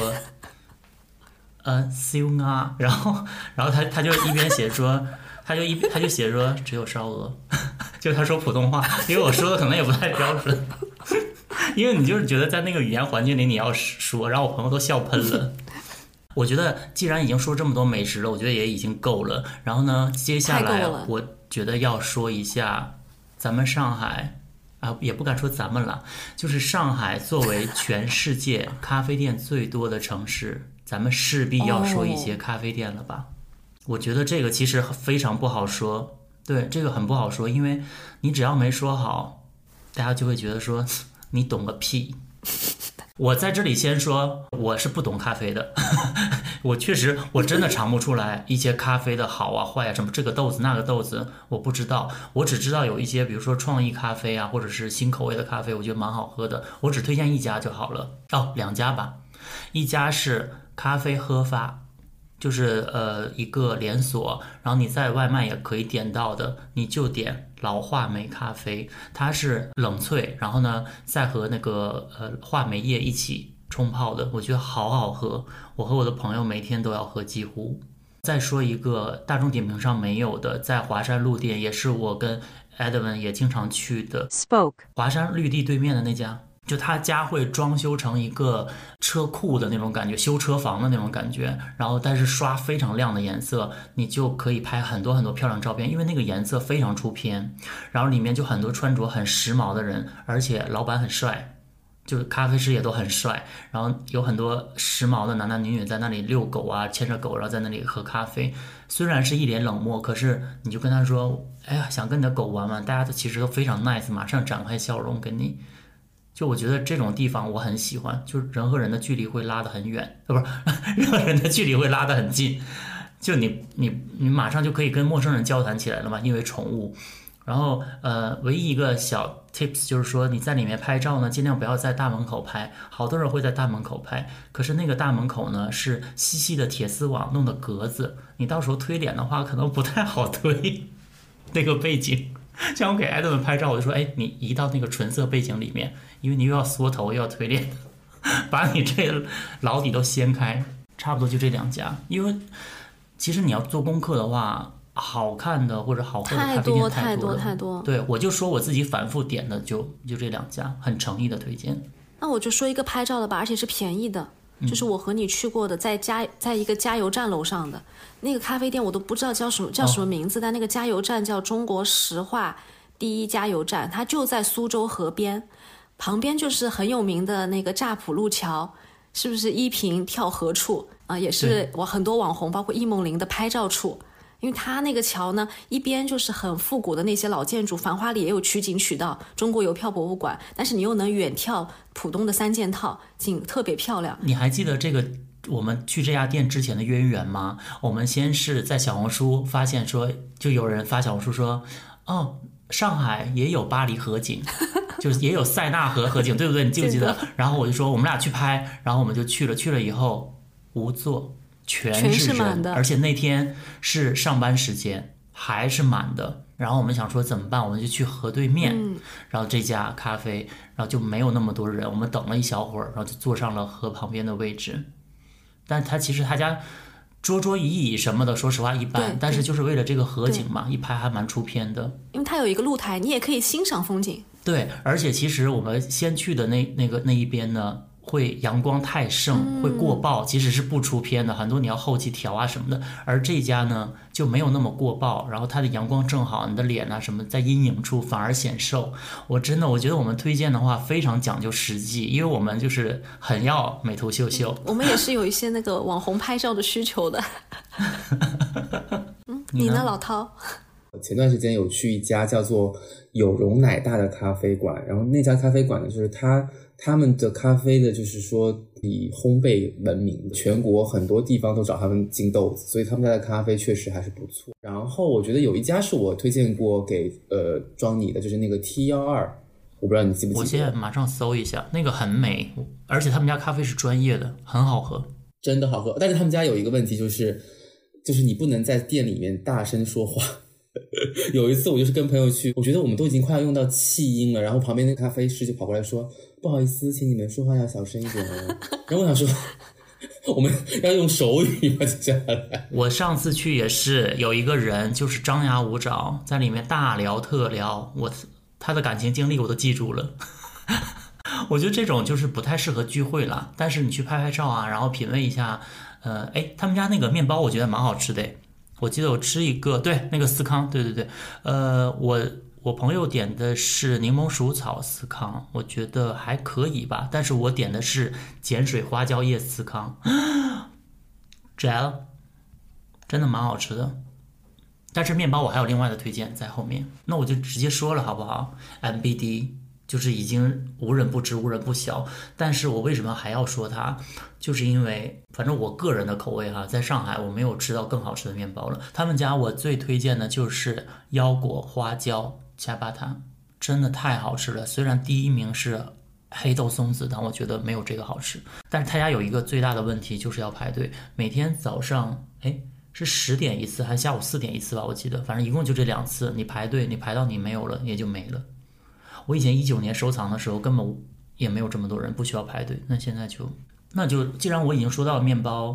Speaker 1: 烧鸭，然后他就一边写说他就写说只有烧鹅，就他说普通话，因为我说的可能也不太标准。因为你就是觉得在那个语言环境里你要说，然后我朋友都笑喷了。我觉得既然已经说这么多美食了，我觉得也已经够了。然后呢，接下来我觉得要说一下咱们上海啊，也不敢说咱们了，就是上海作为全世界咖啡店最多的城市，咱们势必要说一些咖啡店了吧？我觉得这个其实非常不好说，对，这个很不好说，因为你只要没说好，大家就会觉得说你懂个屁。我在这里先说，我是不懂咖啡的。我真的尝不出来一些咖啡的好啊坏啊，什么这个豆子那个豆子我不知道，我只知道有一些比如说创意咖啡啊，或者是新口味的咖啡，我觉得蛮好喝的，我只推荐一家就好了。2家吧，一家是咖啡喝法，就是一个连锁，然后你在外卖也可以点到的，你就点老话梅咖啡，它是冷萃，然后呢再和那个话梅叶一起冲泡的，我觉得好好喝，我和我的朋友每天都要喝几乎。再说一个大众点评上没有的，在华山路店，也是我跟 Edwin 也经常去的
Speaker 4: spoke
Speaker 1: 华山绿地对面的那家，就他家会装修成一个车库的那种感觉，修车房的那种感觉，然后但是刷非常亮的颜色，你就可以拍很多很多漂亮照片，因为那个颜色非常出片，然后里面就很多穿着很时髦的人，而且老板很帅，就是咖啡师也都很帅，然后有很多时髦的男男女女在那里遛狗啊，牵着狗，然后在那里喝咖啡。虽然是一脸冷漠，可是你就跟他说，哎呀，想跟你的狗玩玩，大家都其实都非常 nice， 马上展开笑容跟你。就我觉得这种地方我很喜欢，就是人和人的距离会拉得很远，不是人和人的距离会拉得很近，就你马上就可以跟陌生人交谈起来了嘛，因为宠物。然后唯一一个小 tips 就是说你在里面拍照呢，尽量不要在大门口拍，好多人会在大门口拍，可是那个大门口呢是细细的铁丝网弄的格子，你到时候推脸的话可能不太好推那个背景。像我给艾德们拍照，我就说，哎，你移到那个纯色背景里面，因为你又要缩头又要推脸，把你这个老底都掀开。差不多就这2家，因为其实你要做功课的话，好看的或者好喝的咖啡店
Speaker 2: 太
Speaker 1: 多了，
Speaker 2: 太多。
Speaker 1: 对，我就说我自己反复点的就这2家，很诚意的推荐。
Speaker 2: 那我就说一个拍照的吧，而且是便宜的，就是我和你去过的，在一个加油站楼上的那个咖啡店，我都不知道叫什么名字，但那个加油站叫中国石化第一加油站，它就在苏州河边，旁边就是很有名的那个乍浦路桥，是不是依萍跳河处啊？也是很多网红包括易梦玲的拍照处。因为它那个桥呢，一边就是很复古的那些老建筑，繁花里也有取景取到中国邮票博物馆，但是你又能远眺浦东的3件套，景特别漂亮。
Speaker 1: 你还记得这个我们去这家店之前的渊源吗？我们先是在小红书发现说，就有人发小红书说，哦，上海也有巴黎河景，就是也有塞纳河河景，对不对？你记不记得？然后我就说我们俩去拍，然后我们就去了以后无座。全是
Speaker 2: 满的，
Speaker 1: 而且那天是上班时间，还是满的。然后我们想说怎么办，我们就去河对面，然后这家咖啡，然后就没有那么多人，我们等了一小会儿，然后就坐上了河旁边的位置。但其实他家桌桌椅椅什么的，说实话一般，但是就是为了这个河景嘛，一拍还蛮出片的。
Speaker 2: 因为它有一个露台，你也可以欣赏风景。
Speaker 1: 对，而且其实我们先去的那一边呢，会阳光太盛，会过曝，即使是不出片的，很多你要后期调啊什么的。而这家呢就没有那么过曝，然后它的阳光正好，你的脸啊什么在阴影处反而显瘦。我觉得我们推荐的话非常讲究实际，因为我们就是很要美图秀秀。
Speaker 2: 我们也是有一些那个网红拍照的需求的。你呢，老涛？
Speaker 3: 前段时间有去一家叫做有容奶大的咖啡馆，然后那家咖啡馆呢，就是他们的咖啡的就是说以烘焙闻名，全国很多地方都找他们进豆子，所以他们家的咖啡确实还是不错。然后我觉得有一家是我推荐过给庄你的，就是那个 T12， 我不知道你记不记得。
Speaker 1: 我现在马上搜一下，那个很美，而且他们家咖啡是专业的，很好喝，
Speaker 3: 真的好喝。但是他们家有一个问题，就是你不能在店里面大声说话。有一次我就是跟朋友去，我觉得我们都已经快要用到气音了，然后旁边那个咖啡师就跑过来说，不好意思，请你们说话要小声一点哦。然后我想说我们要用手语吗？接下来
Speaker 1: 我上次去也是有一个人就是张牙舞爪，在里面大聊特聊，他的感情经历我都记住了。我觉得这种就是不太适合聚会了，但是你去拍拍照啊，然后品味一下。他们家那个面包我觉得蛮好吃的，我记得我吃一个，对，那个司康，对，我朋友点的是柠檬鼠草司康，我觉得还可以吧，但是我点的是碱水花椒叶司康，gel， 真的蛮好吃的。但是面包我还有另外的推荐在后面，那我就直接说了好不好 ？MBD。就是已经无人不知无人不晓，但是我为什么还要说它，就是因为反正我个人的口味哈，在上海我没有吃到更好吃的面包了。他们家我最推荐的就是腰果花椒加巴塔，真的太好吃了。虽然第一名是黑豆松子，但我觉得没有这个好吃。但是他家有一个最大的问题就是要排队，每天早上是10点一次还是下午4点一次吧，我记得，反正一共就这2次，你排队你排到你没有了也就没了。我以前19年收藏的时候根本也没有这么多人，不需要排队。那现在那就既然我已经说到面包，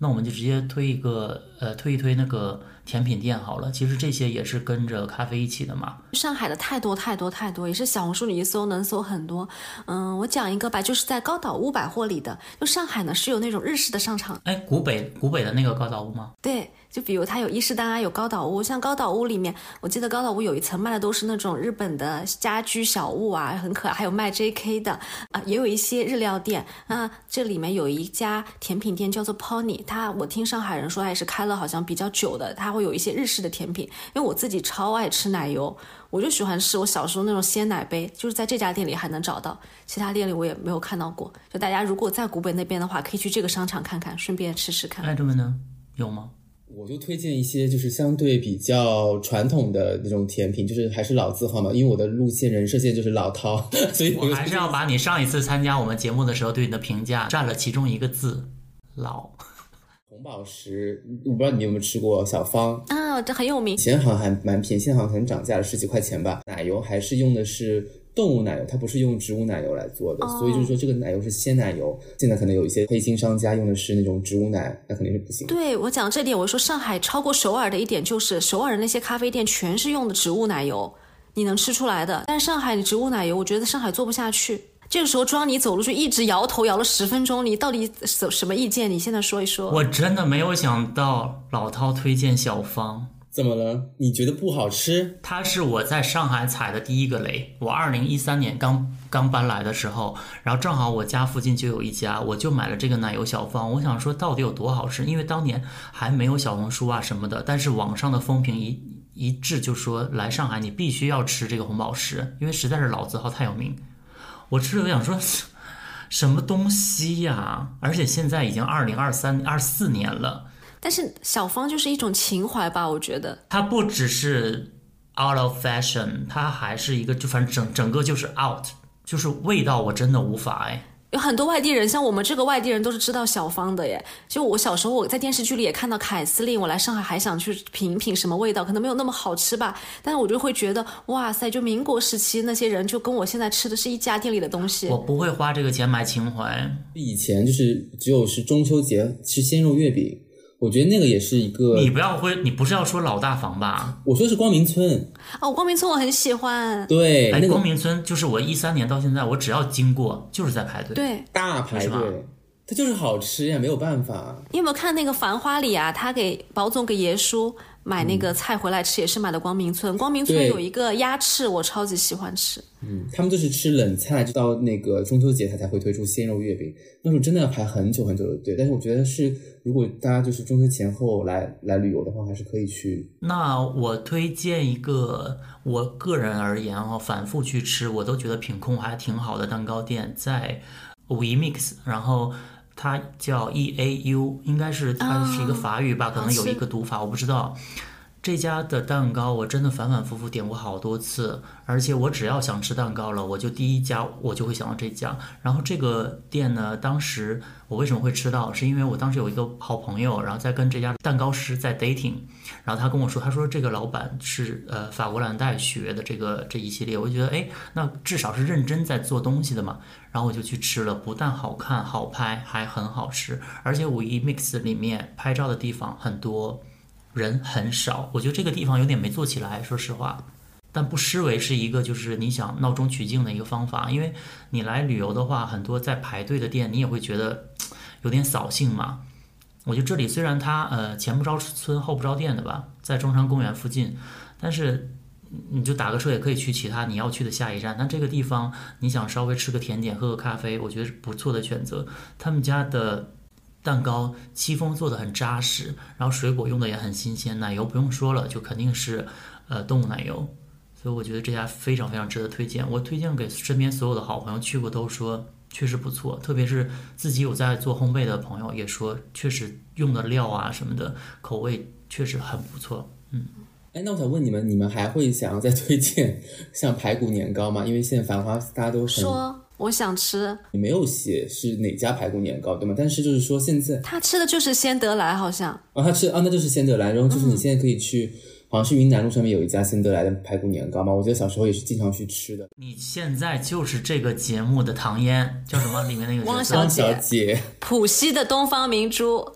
Speaker 1: 那我们就直接推一推那个甜品店好了。其实这些也是跟着咖啡一起的嘛。
Speaker 2: 上海的太多，也是小红书里一搜能搜很多。我讲一个吧，就是在高岛屋百货里的，就上海呢是有那种日式的商场。
Speaker 1: 哎，古北的那个高岛屋吗？
Speaker 2: 对，就比如它有伊势丹啊，有高岛屋。像高岛屋里面，我记得高岛屋有一层卖的都是那种日本的家居小物啊，很可爱，还有卖 JK 的啊，也有一些日料店啊。这里面有一家甜品店叫做 Pony， 我听上海人说还是开了好像比较久的，它会有一些日式的甜品。因为我自己超爱吃奶油，我就喜欢吃我小时候那种鲜奶杯，就是在这家店里还能找到，其他店里我也没有看到过。就大家如果在古北那边的话，可以去这个商场看看，顺便吃吃看。
Speaker 1: 哎，这边呢有吗？
Speaker 3: 我就推荐一些就是相对比较传统的那种甜品，就是还是老字号嘛，因为我的路线人设线就是老饕，所以
Speaker 1: 我还是要把你上一次参加我们节目的时候对你的评价占了其中一个字，老。
Speaker 3: 红宝石，我不知道你有没有吃过小方
Speaker 2: 啊，这很有名。
Speaker 3: 以前好像还蛮便宜，现在好像可能涨价了10几块钱吧。奶油还是用的是动物奶油，它不是用植物奶油来做的，所以就是说这个奶油是鲜奶油。现在可能有一些黑心商家用的是那种植物奶，那肯定是不行的。
Speaker 2: 对，我讲这点，我说上海超过首尔的一点就是首尔的那些咖啡店全是用的植物奶油，你能吃出来的。但是上海你植物奶油，我觉得上海做不下去。这个时候庄你走路就一直摇头摇了10分钟，你到底什么意见？你现在说一说。
Speaker 1: 我真的没有想到老饕推荐小方。
Speaker 3: 怎么了？你觉得不好吃？
Speaker 1: 它是我在上海踩的第一个雷。我2013年刚搬来的时候，然后正好我家附近就有一家，我就买了这个奶油小方。我想说到底有多好吃，因为当年还没有小红书啊什么的，但是网上的风评一致就说来上海你必须要吃这个红宝石，因为实在是老字号太有名。我吃了，我想说什么东西呀？而且现在已经2024年了。
Speaker 2: 但是小方就是一种情怀吧，我觉得
Speaker 1: 它不只是 out of fashion， 它还是一个就反正整个就是 out， 就是味道我真的无法哎。
Speaker 2: 有很多外地人，像我们这个外地人都是知道小方的耶。就我小时候我在电视剧里也看到凯司令，我来上海还想去品一品什么味道，可能没有那么好吃吧，但是我就会觉得哇塞，就民国时期那些人就跟我现在吃的是一家店里的东西。
Speaker 1: 我不会花这个钱买情怀。
Speaker 3: 以前就是只有是中秋节吃鲜肉月饼，我觉得那个也是一个。
Speaker 1: 你不是要说老大房吧？
Speaker 3: 我说是光明村。
Speaker 2: 哦，光明村我很喜欢。
Speaker 3: 对，那个
Speaker 1: 光明村就是我13年到现在，我只要经过就是在排队。
Speaker 2: 对，
Speaker 3: 大排队，它就是好吃呀，没有办法。
Speaker 2: 你有没有看那个《繁花》里啊？他给宝总给爷叔买那个菜回来吃，也是买的光明村。光明村有一个鸭翅，我超级喜欢吃。
Speaker 3: 他们就是吃冷菜，就到那个中秋节他才会推出鲜肉月饼，那时候真的要排很久很久的队。但是我觉得是，如果大家就是中秋前后来旅游的话，还是可以去。那
Speaker 1: 我推荐一个，我个人而言反复去吃，我都觉得品控还挺好的蛋糕店，在 WeMix， 然后它叫 EAU， 应该是它是一个法语吧，可能有一个读法我不知道。这家的蛋糕我真的反反复复点过好多次，而且我只要想吃蛋糕了，我就第一家我就会想到这家。然后这个店呢，当时我为什么会吃到，是因为我当时有一个好朋友，然后在跟这家蛋糕师在 dating， 然后他跟我说，他说这个老板是法国蓝带学的这一系列，我就觉得那至少是认真在做东西的嘛。然后我就去吃了，不但好看好拍，还很好吃，而且WeMix里面拍照的地方很多。人很少，我觉得这个地方有点没做起来，说实话，但不失为是一个就是你想闹中取静的一个方法。因为你来旅游的话，很多在排队的店，你也会觉得有点扫兴嘛。我觉得这里虽然它前不着村后不着店的吧，在中山公园附近，但是你就打个车也可以去其他你要去的下一站。但这个地方你想稍微吃个甜点喝个咖啡，我觉得是不错的选择。他们家的蛋糕戚风做的很扎实，然后水果用的也很新鲜，奶油不用说了，就肯定是动物奶油，所以我觉得这家非常非常值得推荐。我推荐给身边所有的好朋友去过都说确实不错，特别是自己有在做烘焙的朋友也说确实用的料啊什么的口味确实很不错。
Speaker 3: 那我想问你们还会想要再推荐像排骨年糕吗？因为现在繁花大家都很
Speaker 2: 说我想吃，
Speaker 3: 你没有写是哪家排骨年糕对吗？但是就是说现在
Speaker 2: 他吃的就是仙得来好像
Speaker 3: 他吃那就是仙得来，然后就是你现在可以去好像是云南路上面有一家仙得来的排骨年糕嘛，我记得小时候也是经常去吃的。
Speaker 1: 你现在就是这个节目的唐嫣，叫什么里面那个角色？
Speaker 2: 汪小姐，浦西的东方明珠。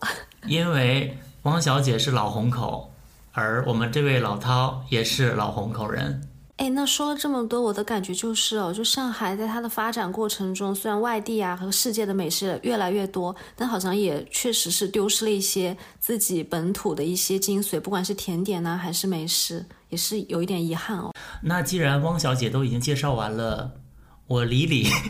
Speaker 1: 因为汪小姐是老虹口，而我们这位老涛也是老虹口人。
Speaker 2: 哎，那说了这么多，我的感觉就是就上海在它的发展过程中，虽然外地啊和世界的美食越来越多，但好像也确实是丢失了一些自己本土的一些精髓，不管是甜点呢还是美食，也是有一点遗憾哦。
Speaker 1: 那既然汪小姐都已经介绍完了，我李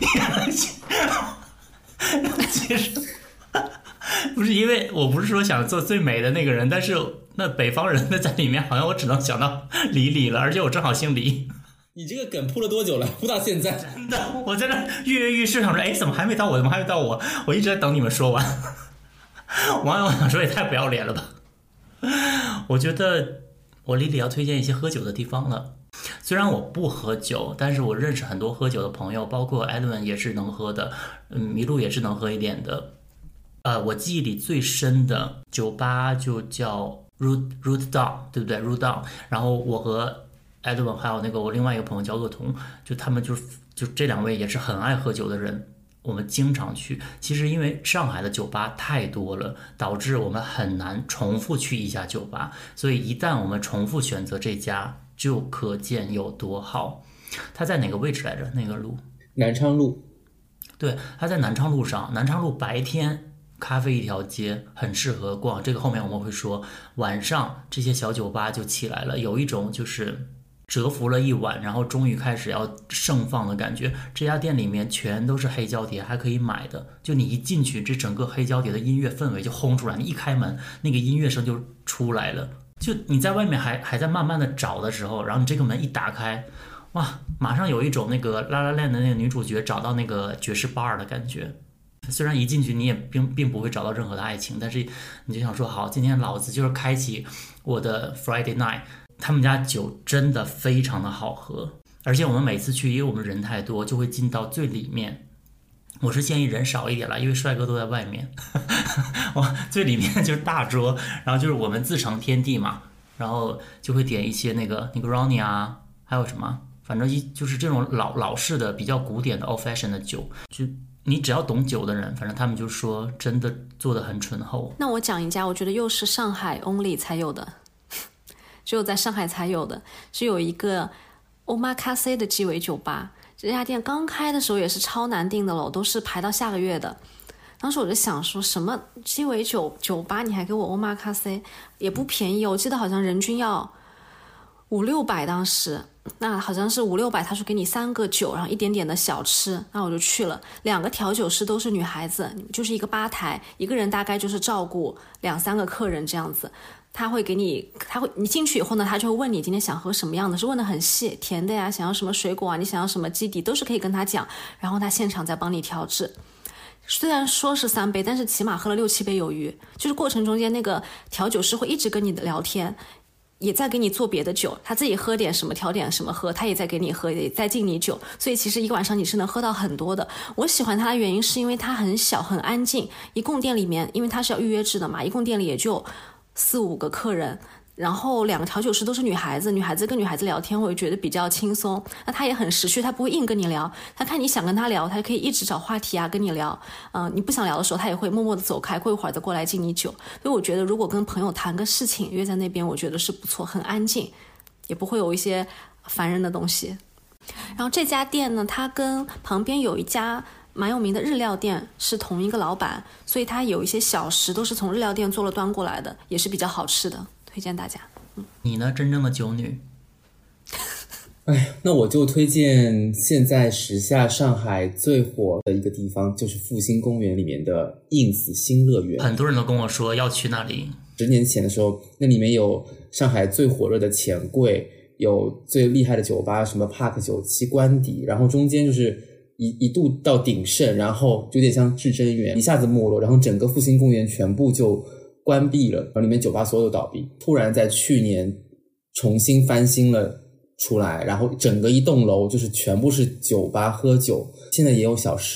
Speaker 1: 其实不是，因为我不是说想做最美的那个人，但是那北方人的在里面，好像我只能想到李了，而且我正好姓李。
Speaker 3: 你这个梗铺了多久了？铺到现在？
Speaker 1: 真的，我在那跃跃欲试，想说，哎，怎么还没到我？怎么还没到我？我一直在等你们说完。网友想说也太不要脸了吧？我觉得我李要推荐一些喝酒的地方了。虽然我不喝酒，但是我认识很多喝酒的朋友，包括艾伦也是能喝的，麋鹿也是能喝一点的。我记忆里最深的酒吧就叫 Root Down， 对不对 ？Root Down。然后我和艾伦还有那个我另外一个朋友叫恶童，就他们就这两位也是很爱喝酒的人，我们经常去。其实因为上海的酒吧太多了，导致我们很难重复去一家酒吧，所以一旦我们重复选择这家，就可见有多好。它在哪个位置来着？那个路？
Speaker 3: 南昌路。
Speaker 1: 对，它在南昌路上。南昌路白天咖啡一条街，很适合逛，这个后面我们会说。晚上这些小酒吧就起来了，有一种就是蛰伏了一晚，然后终于开始要盛放的感觉。这家店里面全都是黑胶碟，还可以买的。就你一进去，这整个黑胶碟的音乐氛围就轰出来，你一开门，那个音乐声就出来了。就你在外面还在慢慢的找的时候，然后你这个门一打开，哇，马上有一种那个拉拉链的那个女主角找到那个爵士 bar 的感觉。虽然一进去你也并不会找到任何的爱情，但是你就想说，好，今天老子就是开启我的 Friday night。他们家酒真的非常的好喝，而且我们每次去，因为我们人太多，就会进到最里面。我是建议人少一点啦，因为帅哥都在外面。最里面就是大桌，然后就是我们自成天地嘛，然后就会点一些那个 Negroni 啊，还有什么，反正就是这种老式的比较古典的 old fashion 的酒，就你只要懂酒的人，反正他们就说真的做得很醇厚。
Speaker 2: 那我讲一家，我觉得又是上海 only 才有的，只有在上海才有的，是有一个 Omakase 的鸡尾酒吧。这家店刚开的时候也是超难订的了，都是排到下个月的。当时我就想说，什么鸡尾酒吧你还给我 Omakase， 也不便宜，我记得好像人均要500-600，当时那好像是500-600，他说给你3个酒，然后一点点的小吃，那我就去了。2个调酒师都是女孩子，就是一个吧台，一个人大概就是照顾2-3个客人这样子。你进去以后呢，他就会问你今天想喝什么样的，是问的很细，甜的呀，想要什么水果啊，你想要什么基底都是可以跟他讲，然后他现场再帮你调制。虽然说是3杯，但是起码喝了6-7杯有余。就是过程中间那个调酒师会一直跟你聊天，也在给你做别的酒，他自己喝点什么调点什么喝，他也在给你喝，也在敬你酒，所以其实一个晚上你是能喝到很多的。我喜欢它的原因是因为它很小很安静，一共店里面因为它是要预约制的嘛，一共店里也就4-5个客人，然后2个调酒师都是女孩子，女孩子跟女孩子聊天我会觉得比较轻松。那他也很识趣，他不会硬跟你聊，他看你想跟他聊，他可以一直找话题啊跟你聊。你不想聊的时候他也会默默的走开，过一会儿再过来敬你酒。所以我觉得如果跟朋友谈个事情约在那边，我觉得是不错，很安静，也不会有一些烦人的东西。然后这家店呢，它跟旁边有一家蛮有名的日料店是同一个老板，所以它有一些小食都是从日料店做了端过来的，也是比较好吃的，推荐大家。
Speaker 1: 你呢，真正的酒女？
Speaker 3: 那我就推荐现在时下上海最火的一个地方，就是复兴公园里面的 ins 新乐园。
Speaker 1: 很多人都跟我说要去那里。
Speaker 3: 10年前的时候，那里面有上海最火热的钱柜，有最厉害的酒吧，什么 Park 97、官邸，然后中间就是一度到鼎盛，然后有点像至臻园，一下子没落，然后整个复兴公园全部就关闭了，然后里面酒吧所有都倒闭。突然在去年重新翻新了出来，然后整个一栋楼就是全部是酒吧喝酒，现在也有小食，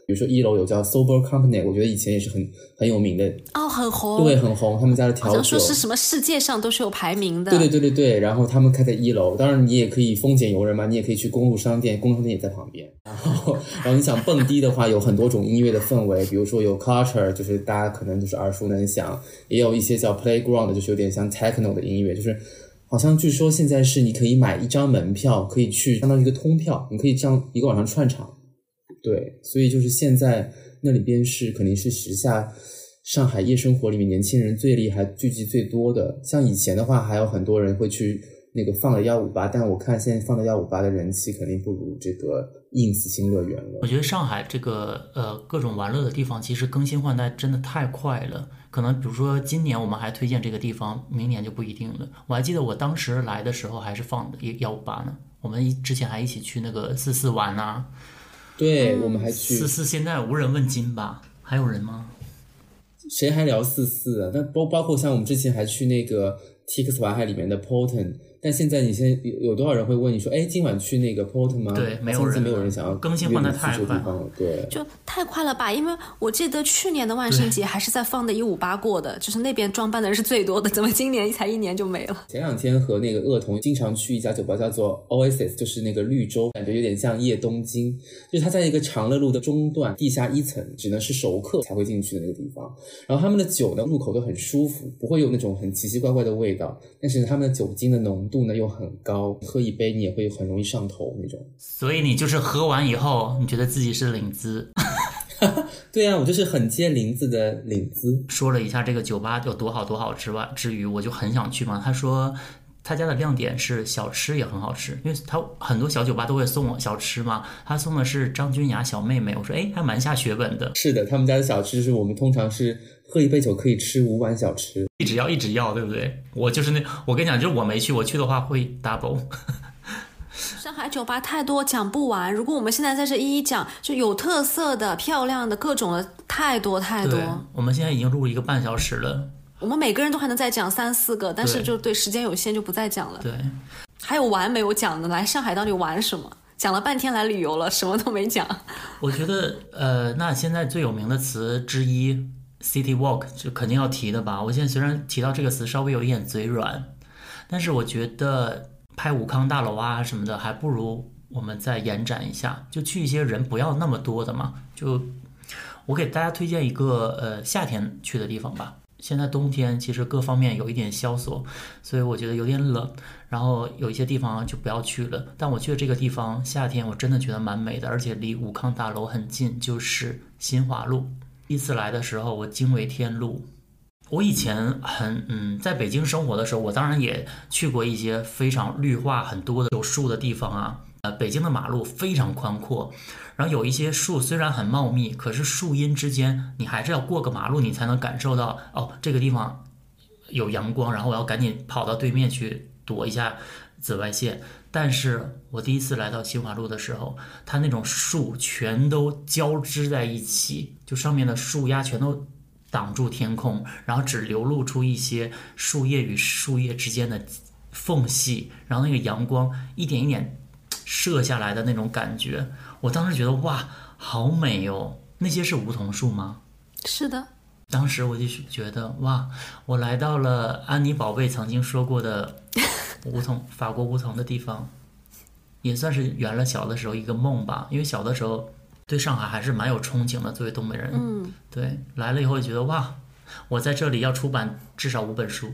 Speaker 3: 比如说1楼有叫 Sober Company， 我觉得以前也是很有名的
Speaker 2: 哦，很红，
Speaker 3: 对，很红，他们家的调酒
Speaker 2: 好像说是什么世界上都是有排名的，
Speaker 3: 对，然后他们开在1楼，当然你也可以丰俭由人嘛，你也可以去公路商店，公路商店也在旁边，然后你想蹦迪的话，有很多种音乐的氛围，比如说有 Culture， 就是大家可能就是耳熟能详，也有一些叫 Playground， 就是有点像 Techno 的音乐，就是好像据说现在是你可以买一张门票，可以去相当于一个通票，你可以这样一个晚上串场。对，所以就是现在那里边是肯定是时下上海夜生活里面年轻人最厉害聚集最多的。像以前的话还有很多人会去那个放的158，但我看现在放的158的人气肯定不如这个 ins 新乐园了。
Speaker 1: 我觉得上海这个各种玩乐的地方其实更新换代真的太快了，可能比如说今年我们还推荐这个地方，明年就不一定了。我还记得我当时来的时候还是放的158呢，我们之前还一起去那个44玩啊。
Speaker 3: 对，我们还去
Speaker 1: 44现在无人问津吧？还有人吗？
Speaker 3: 谁还聊44啊？那包括像我们之前还去那个 TX 玩海里面的 Porton， 但现在你现在有多少人会问你说，哎，今晚去那个 Porton 吗？
Speaker 1: 对，没有人
Speaker 3: 想要
Speaker 1: 更新换代太快
Speaker 3: 了，对，
Speaker 2: 就太快了吧？因为我记得去年的万圣节还是在放的158过的，就是那边装扮的人是最多的，怎么今年才1年就没了？
Speaker 3: 前2天和那个恶童经常去一家酒吧叫做 Oasis， 就是那个绿洲，感觉有点像夜东京，就是它在一个长乐路的中段地下1层，只能是熟客才会进去的那个地方。然后他们的酒呢入口都很舒服，不会有那种很奇奇怪怪的味道，但是他们的酒精的浓度呢又很高，喝一杯你也会很容易上头那种。
Speaker 1: 所以你就是喝完以后你觉得自己是领资
Speaker 3: 对啊，我就是很接林子的领资。
Speaker 1: 说了一下这个酒吧有多好多好之余，我就很想去嘛。他说他家的亮点是小吃也很好吃，因为他很多小酒吧都会送我小吃嘛，他送的是张君雅小妹妹，我说哎，还蛮下血本的。
Speaker 3: 是的，他们家的小吃是我们通常是喝一杯酒可以吃5碗小吃，
Speaker 1: 一直要，对不对？我就是我跟你讲，就是我没去，我去的话会 double。
Speaker 2: 上海酒吧太多讲不完，如果我们现在在这一一讲，就有特色的漂亮的各种的太多。
Speaker 1: 我们现在已经录了1个半小时了，
Speaker 2: 我们每个人都还能再讲3、4个，但是就对时间有限就不再讲了。
Speaker 1: 对，
Speaker 2: 还有玩没有讲的，来上海到底玩什么？讲了半天来旅游了，什么都没讲。
Speaker 1: 我觉得那现在最有名的词之一 City Walk 就肯定要提的吧。我现在虽然提到这个词稍微有一点嘴软，但是我觉得拍武康大楼啊什么的，还不如我们再延展一下，就去一些人不要那么多的嘛。就我给大家推荐一个夏天去的地方吧。现在冬天其实各方面有一点萧索，所以我觉得有点冷，然后有一些地方就不要去了。但我去的这个地方夏天我真的觉得蛮美的，而且离武康大楼很近，就是新华路。第一次来的时候我惊为天路。我以前在北京生活的时候，我当然也去过一些非常绿化很多的有树的地方啊。北京的马路非常宽阔，然后有一些树虽然很茂密，可是树荫之间你还是要过个马路，你才能感受到这个地方有阳光，然后我要赶紧跑到对面去躲一下紫外线。但是我第一次来到新华路的时候，它那种树全都交织在一起，就上面的树丫全都挡住天空，然后只流露出一些树叶与树叶之间的缝隙，然后那个阳光一点一点射下来的那种感觉，我当时觉得哇，好美哦！那些是梧桐树吗？
Speaker 2: 是的。
Speaker 1: 当时我就觉得哇，我来到了安妮宝贝曾经说过的法国梧桐的地方，也算是圆了小的时候一个梦吧。因为小的时候对上海还是蛮有憧憬的，作为东北人，对，来了以后觉得哇，我在这里要出版至少5本书。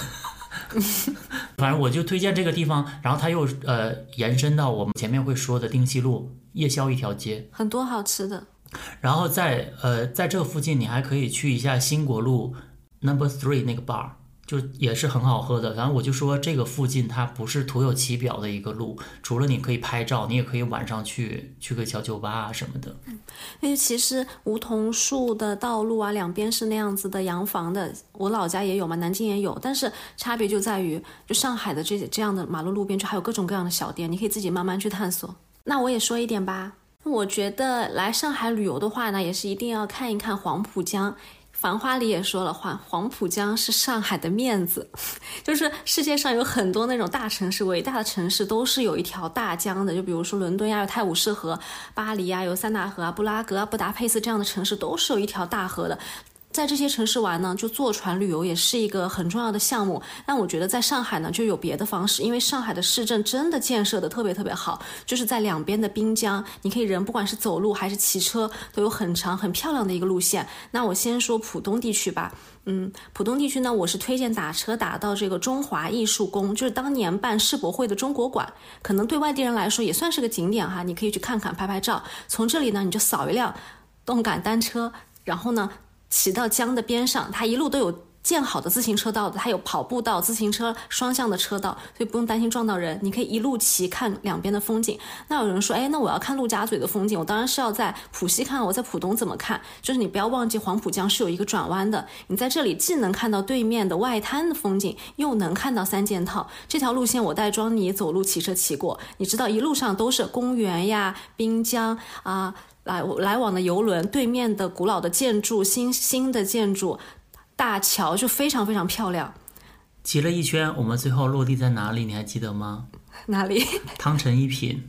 Speaker 1: 反正我就推荐这个地方，然后它又延伸到我们前面会说的丁西路夜宵一条街，
Speaker 2: 很多好吃的。
Speaker 1: 然后在这附近你还可以去一下新国路 No.3 那个 bar， 就也是很好喝的。然后我就说这个附近它不是徒有其表的一个路，除了你可以拍照，你也可以晚上去个小酒吧啊什么的。
Speaker 2: 因为其实梧桐树的道路啊，两边是那样子的洋房的，我老家也有嘛，南京也有，但是差别就在于，就上海的这样的马路路边就还有各种各样的小店，你可以自己慢慢去探索。那我也说一点吧，我觉得来上海旅游的话呢，也是一定要看一看黄浦江。 繁花里也说了，黄浦江是上海的面子，就是世界上有很多那种大城市，伟大的城市都是有一条大江的，就比如说伦敦呀有泰晤士河，巴黎呀有塞纳河啊，布拉格啊布达佩斯这样的城市都是有一条大河的。在这些城市玩呢，就坐船旅游也是一个很重要的项目。但我觉得在上海呢就有别的方式，因为上海的市政真的建设的特别特别好，就是在两边的滨江，你可以人不管是走路还是骑车都有很长很漂亮的一个路线。那我先说浦东地区吧。浦东地区呢，我是推荐打车打到这个中华艺术宫，就是当年办世博会的中国馆，可能对外地人来说也算是个景点哈，你可以去看看拍拍照。从这里呢，你就扫一辆动感单车，然后呢骑到江的边上，它一路都有建好的自行车道的，它有跑步道、自行车双向的车道，所以不用担心撞到人。你可以一路骑看两边的风景。那有人说，那我要看陆家嘴的风景，我当然是要在浦西看，我在浦东怎么看？就是你不要忘记黄浦江是有一个转弯的，你在这里既能看到对面的外滩的风景，又能看到三件套。这条路线我带庄尼走路骑车骑过，你知道一路上都是公园呀、滨江啊。来往的游轮，对面的古老的建筑、新的建筑、大桥就非常非常漂亮。
Speaker 1: 骑了一圈，我们最后落地在哪里？你还记得吗？
Speaker 2: 哪里？
Speaker 1: 汤臣一品。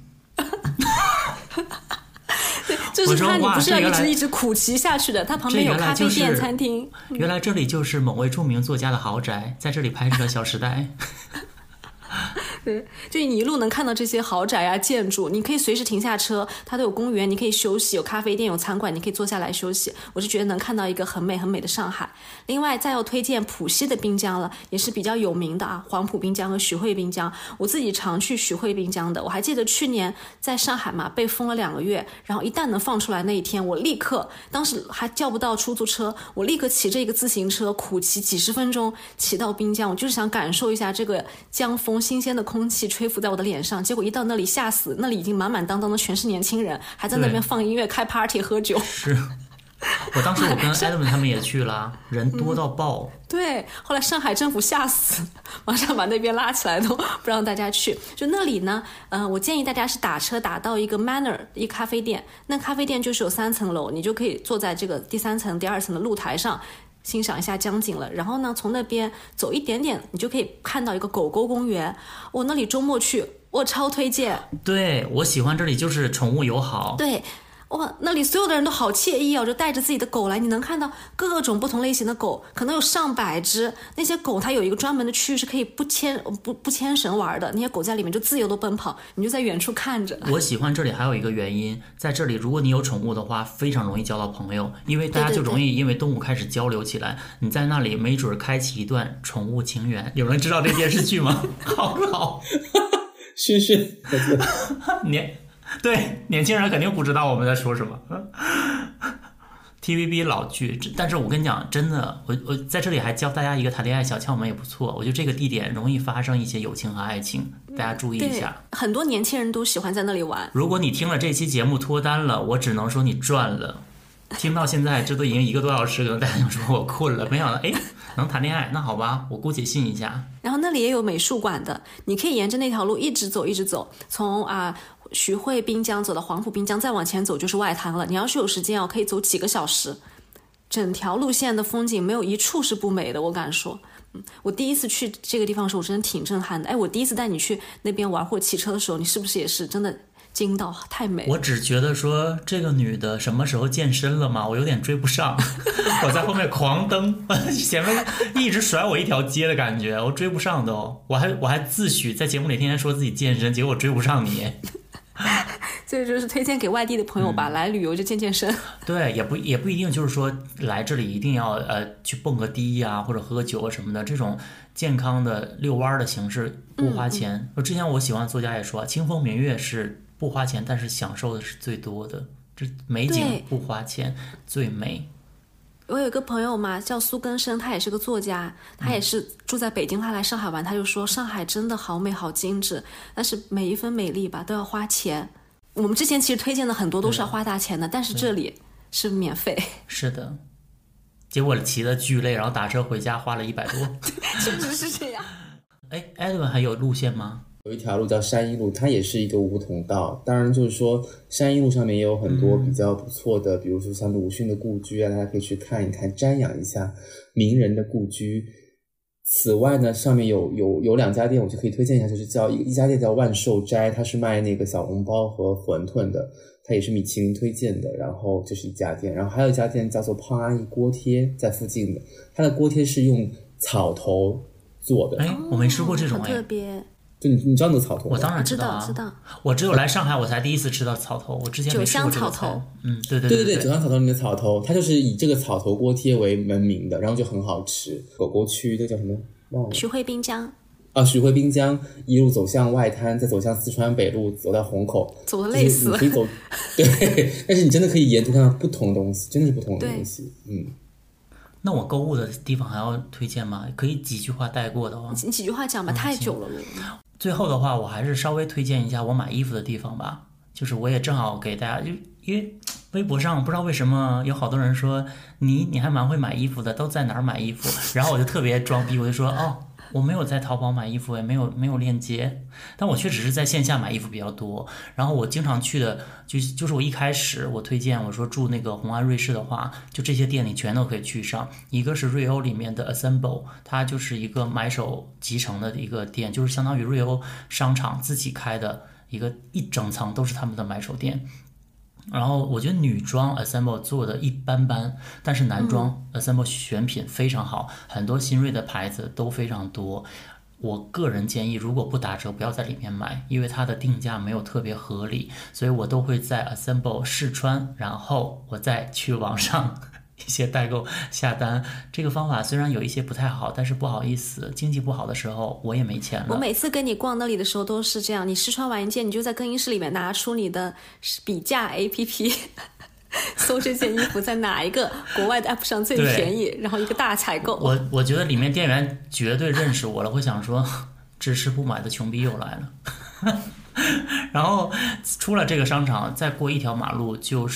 Speaker 2: 对，就是它，你不是要一直苦骑下去的，它旁边有咖啡店、餐厅。
Speaker 1: 原来这里就是某位著名作家的豪宅，在这里拍摄了《小时代》。
Speaker 2: 对，就你一路能看到这些豪宅啊、建筑，你可以随时停下车，它都有公园，你可以休息，有咖啡店、有餐馆，你可以坐下来休息。我是觉得能看到一个很美很美的上海。另外再要推荐浦西的滨江了，也是比较有名的啊，黄浦滨江和徐汇滨江。我自己常去徐汇滨江的，我还记得去年在上海嘛，被封了2个月，然后一旦能放出来那一天，我立刻，当时还叫不到出租车，我立刻骑着一个自行车苦骑几十分钟骑到滨江，我就是想感受一下这个江风新鲜的空气吹拂在我的脸上。结果一到那里吓死，那里已经满满当当的全是年轻人，还在那边放音乐、开 party 喝酒。
Speaker 1: 是，我当时我跟 Adam 他们也去了，人多到爆。
Speaker 2: 对，后来上海政府吓死，马上把那边拉起来，都不让大家去。就那里呢，我建议大家是打车打到一个 Manor 一个咖啡店，那咖啡店就是有3层楼，你就可以坐在这个第3层、第2层的露台上。欣赏一下江景了，然后呢，从那边走一点点，你就可以看到一个狗狗公园。我那里周末去，我超推荐。
Speaker 1: 对，我喜欢这里，就是宠物友好。
Speaker 2: 对，哇，那里所有的人都好惬意哦，就带着自己的狗来，你能看到各种不同类型的狗，可能有上百只。那些狗它有一个专门的区域是可以不牵绳玩的，那些狗在里面就自由的奔跑，你就在远处看着。
Speaker 1: 我喜欢这里还有一个原因，在这里如果你有宠物的话，非常容易交到朋友，因为大家就容易因为动物开始交流起来。你在那里没准开启一段宠物情缘。有人知道这电视剧吗？好老。
Speaker 3: 轩轩，
Speaker 1: 对，年轻人肯定不知道我们在说什么。TVB 老剧，但是我跟你讲，真的，我在这里还教大家一个谈恋爱小窍门也不错。我觉得这个地点容易发生一些友情和爱情，大家注意一下。
Speaker 2: 很多年轻人都喜欢在那里玩。
Speaker 1: 如果你听了这期节目脱单了，我只能说你赚了。听到现在，这都已经1个多小时，可能大家就说我困了，没想到能谈恋爱，那好吧，我姑且信一下。
Speaker 2: 然后那里也有美术馆的，你可以沿着那条路一直走，一直走，从徐汇滨江走到黄浦滨江，再往前走就是外滩了。你要是有时间可以走几个小时，整条路线的风景没有一处是不美的，我敢说。我第一次去这个地方的时候，我真的挺震撼的。我第一次带你去那边玩或骑车的时候，你是不是也是真的惊到？太美。
Speaker 1: 我只觉得说这个女的什么时候健身了吗？我有点追不上。我在后面狂蹬，前面一直甩我一条街的感觉，我追不上都。我还自诩在节目里天天说自己健身，结果追不上你。
Speaker 2: 所以就是推荐给外地的朋友吧，来旅游就健身。
Speaker 1: 对，也不一定就是说来这里一定要去蹦个迪呀，或者喝个酒啊什么的，这种健康的遛弯的形式不花钱。之前我喜欢作家也说，清风明月是不花钱，但是享受的是最多的。这美景不花钱最美。
Speaker 2: 我有一个朋友嘛，叫苏根生，他也是个作家，他也是住在北京，他来上海玩，他就说上海真的好美好精致，但是每一分美丽吧都要花钱。我们之前其实推荐的很多都是要花大钱的，但是这里是免费。
Speaker 1: 是的，结果骑得巨累，然后打车回家花了100多。
Speaker 2: 确实是这样。
Speaker 1: Edwin 还有路线吗？
Speaker 3: 有一条路叫山一路，它也是一个梧桐道。当然就是说山一路上面也有很多比较不错的，比如说像鲁迅的故居啊，大家可以去看一看，瞻仰一下名人的故居。此外呢，上面有2家店我就可以推荐一下，就是一家店叫万寿斋，它是卖那个小笼包和馄饨的，它也是米其林推荐的。然后这是一家店，然后还有一家店叫做胖阿姨锅贴，在附近的，它的锅贴是用草头做的。
Speaker 1: 我没吃过这种。
Speaker 2: 很特别。
Speaker 3: 就你知道那个草头吗？
Speaker 1: 我当然
Speaker 2: 知
Speaker 1: 道啊，
Speaker 2: 知道。
Speaker 1: 我只有来上海我才第一次吃到草头，我之前没吃过这个菜。对，
Speaker 3: 九香草头里面的草头，它就是以这个草头锅贴为闻名的，然后就很好吃。狗狗区那叫什么忘了？
Speaker 2: 徐汇滨江
Speaker 3: 啊，徐汇滨江一路走向外滩，再走向四川北路，走到虹口，
Speaker 2: 走得累死了。
Speaker 3: 你可以走，对，但是你真的可以沿途看到不同的东西，真的是不同的东西。
Speaker 1: 那我购物的地方还要推荐吗？可以几句话带过的话。
Speaker 2: 你几句话讲吧，太久了。
Speaker 1: 最后的话，我还是稍微推荐一下我买衣服的地方吧。就是我也正好给大家，因为微博上不知道为什么有好多人说你还蛮会买衣服的，都在哪儿买衣服？然后我就特别装逼，我就说我没有在淘宝买衣服，也没有链接，但我确实是在线下买衣服比较多。然后我经常去的就是我一开始我推荐我说住那个红安瑞士的话，就这些店里全都可以去上。一个是瑞欧里面的 Assemble， 它就是一个买手集成的一个店，就是相当于瑞欧商场自己开的一整层都是他们的买手店。然后我觉得女装 Assemble 做的一般般，但是男装 Assemble 选品非常好，很多新锐的牌子都非常多。我个人建议如果不打折不要在里面买，因为它的定价没有特别合理，所以我都会在 Assemble 试穿，然后我再去网上一些代购下单。这个方法虽然有一些不太好，但是不好意思，经济不好的时候我也没钱了。
Speaker 2: 我每次跟你逛那里的时候都是这样，你试穿完一件，你就在更衣室里面拿出你的比价 APP 搜这件衣服在哪一个国外的 app 上最便宜，然后一个大采购。
Speaker 1: 我觉得里面店员绝对认识我了，会想说知识不买的穷逼又来了。然后出了这个商场再过一条马路就是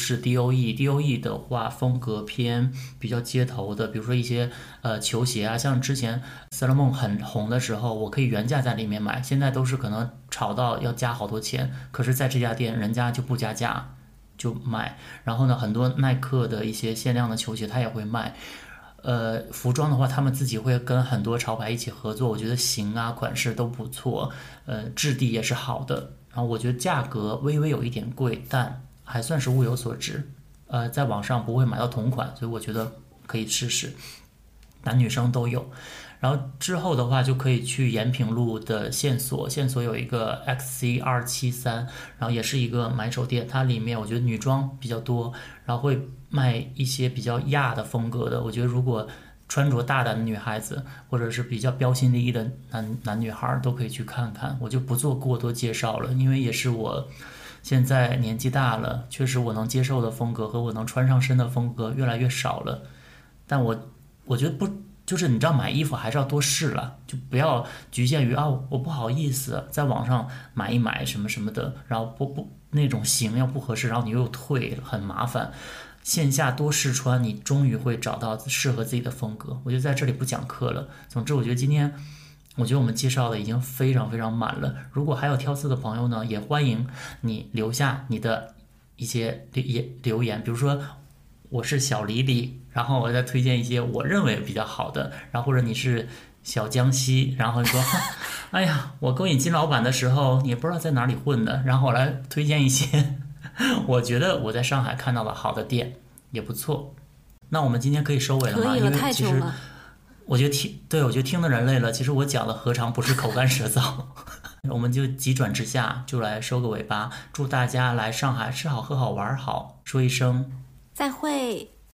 Speaker 1: DOE 的话风格偏比较街头的，比如说一些球鞋啊，像之前 Salomon 很红的时候我可以原价在里面买，现在都是可能炒到要加好多钱，可是在这家店人家就不加价就卖。然后呢很多耐克的一些限量的球鞋他也会卖。服装的话他们自己会跟很多潮牌一起合作，我觉得型啊款式都不错，质地也是好的。然后我觉得价格微微有一点贵，但还算是物有所值。在网上不会买到同款，所以我觉得可以试试，男女生都有。然后之后的话就可以去延平路的线索有一个 XC273， 然后也是一个买手店，它里面我觉得女装比较多，然后会卖一些比较亚的风格的。我觉得如果穿着大胆的女孩子或者是比较标新立异的男女孩都可以去看看，我就不做过多介绍了，因为也是我现在年纪大了，确实我能接受的风格和我能穿上身的风格越来越少了。但我觉得不就是你知道买衣服还是要多试了，就不要局限于我不好意思在网上买一买什么什么的，然后不那种型要不合适，然后你又退很麻烦。线下多试穿，你终于会找到适合自己的风格。我就在这里不讲课了。总之我觉得今天我觉得我们介绍的已经非常非常满了，如果还有挑刺的朋友呢，也欢迎你留下你的一些留言，比如说我是小李李，然后我再推荐一些我认为比较好的，然后或者你是小江西，然后你说哎呀我勾引金老板的时候也不知道在哪里混的，然后我来推荐一些我觉得我在上海看到的好的店也不错。那我们今天可以收尾了吗？
Speaker 2: 可以了，太久了。
Speaker 1: 我觉得听的人累了，其实我讲的何尝不是口干舌燥我们就急转直下，就来收个尾巴。祝大家来上海吃好喝好玩好，说一声
Speaker 2: 再会。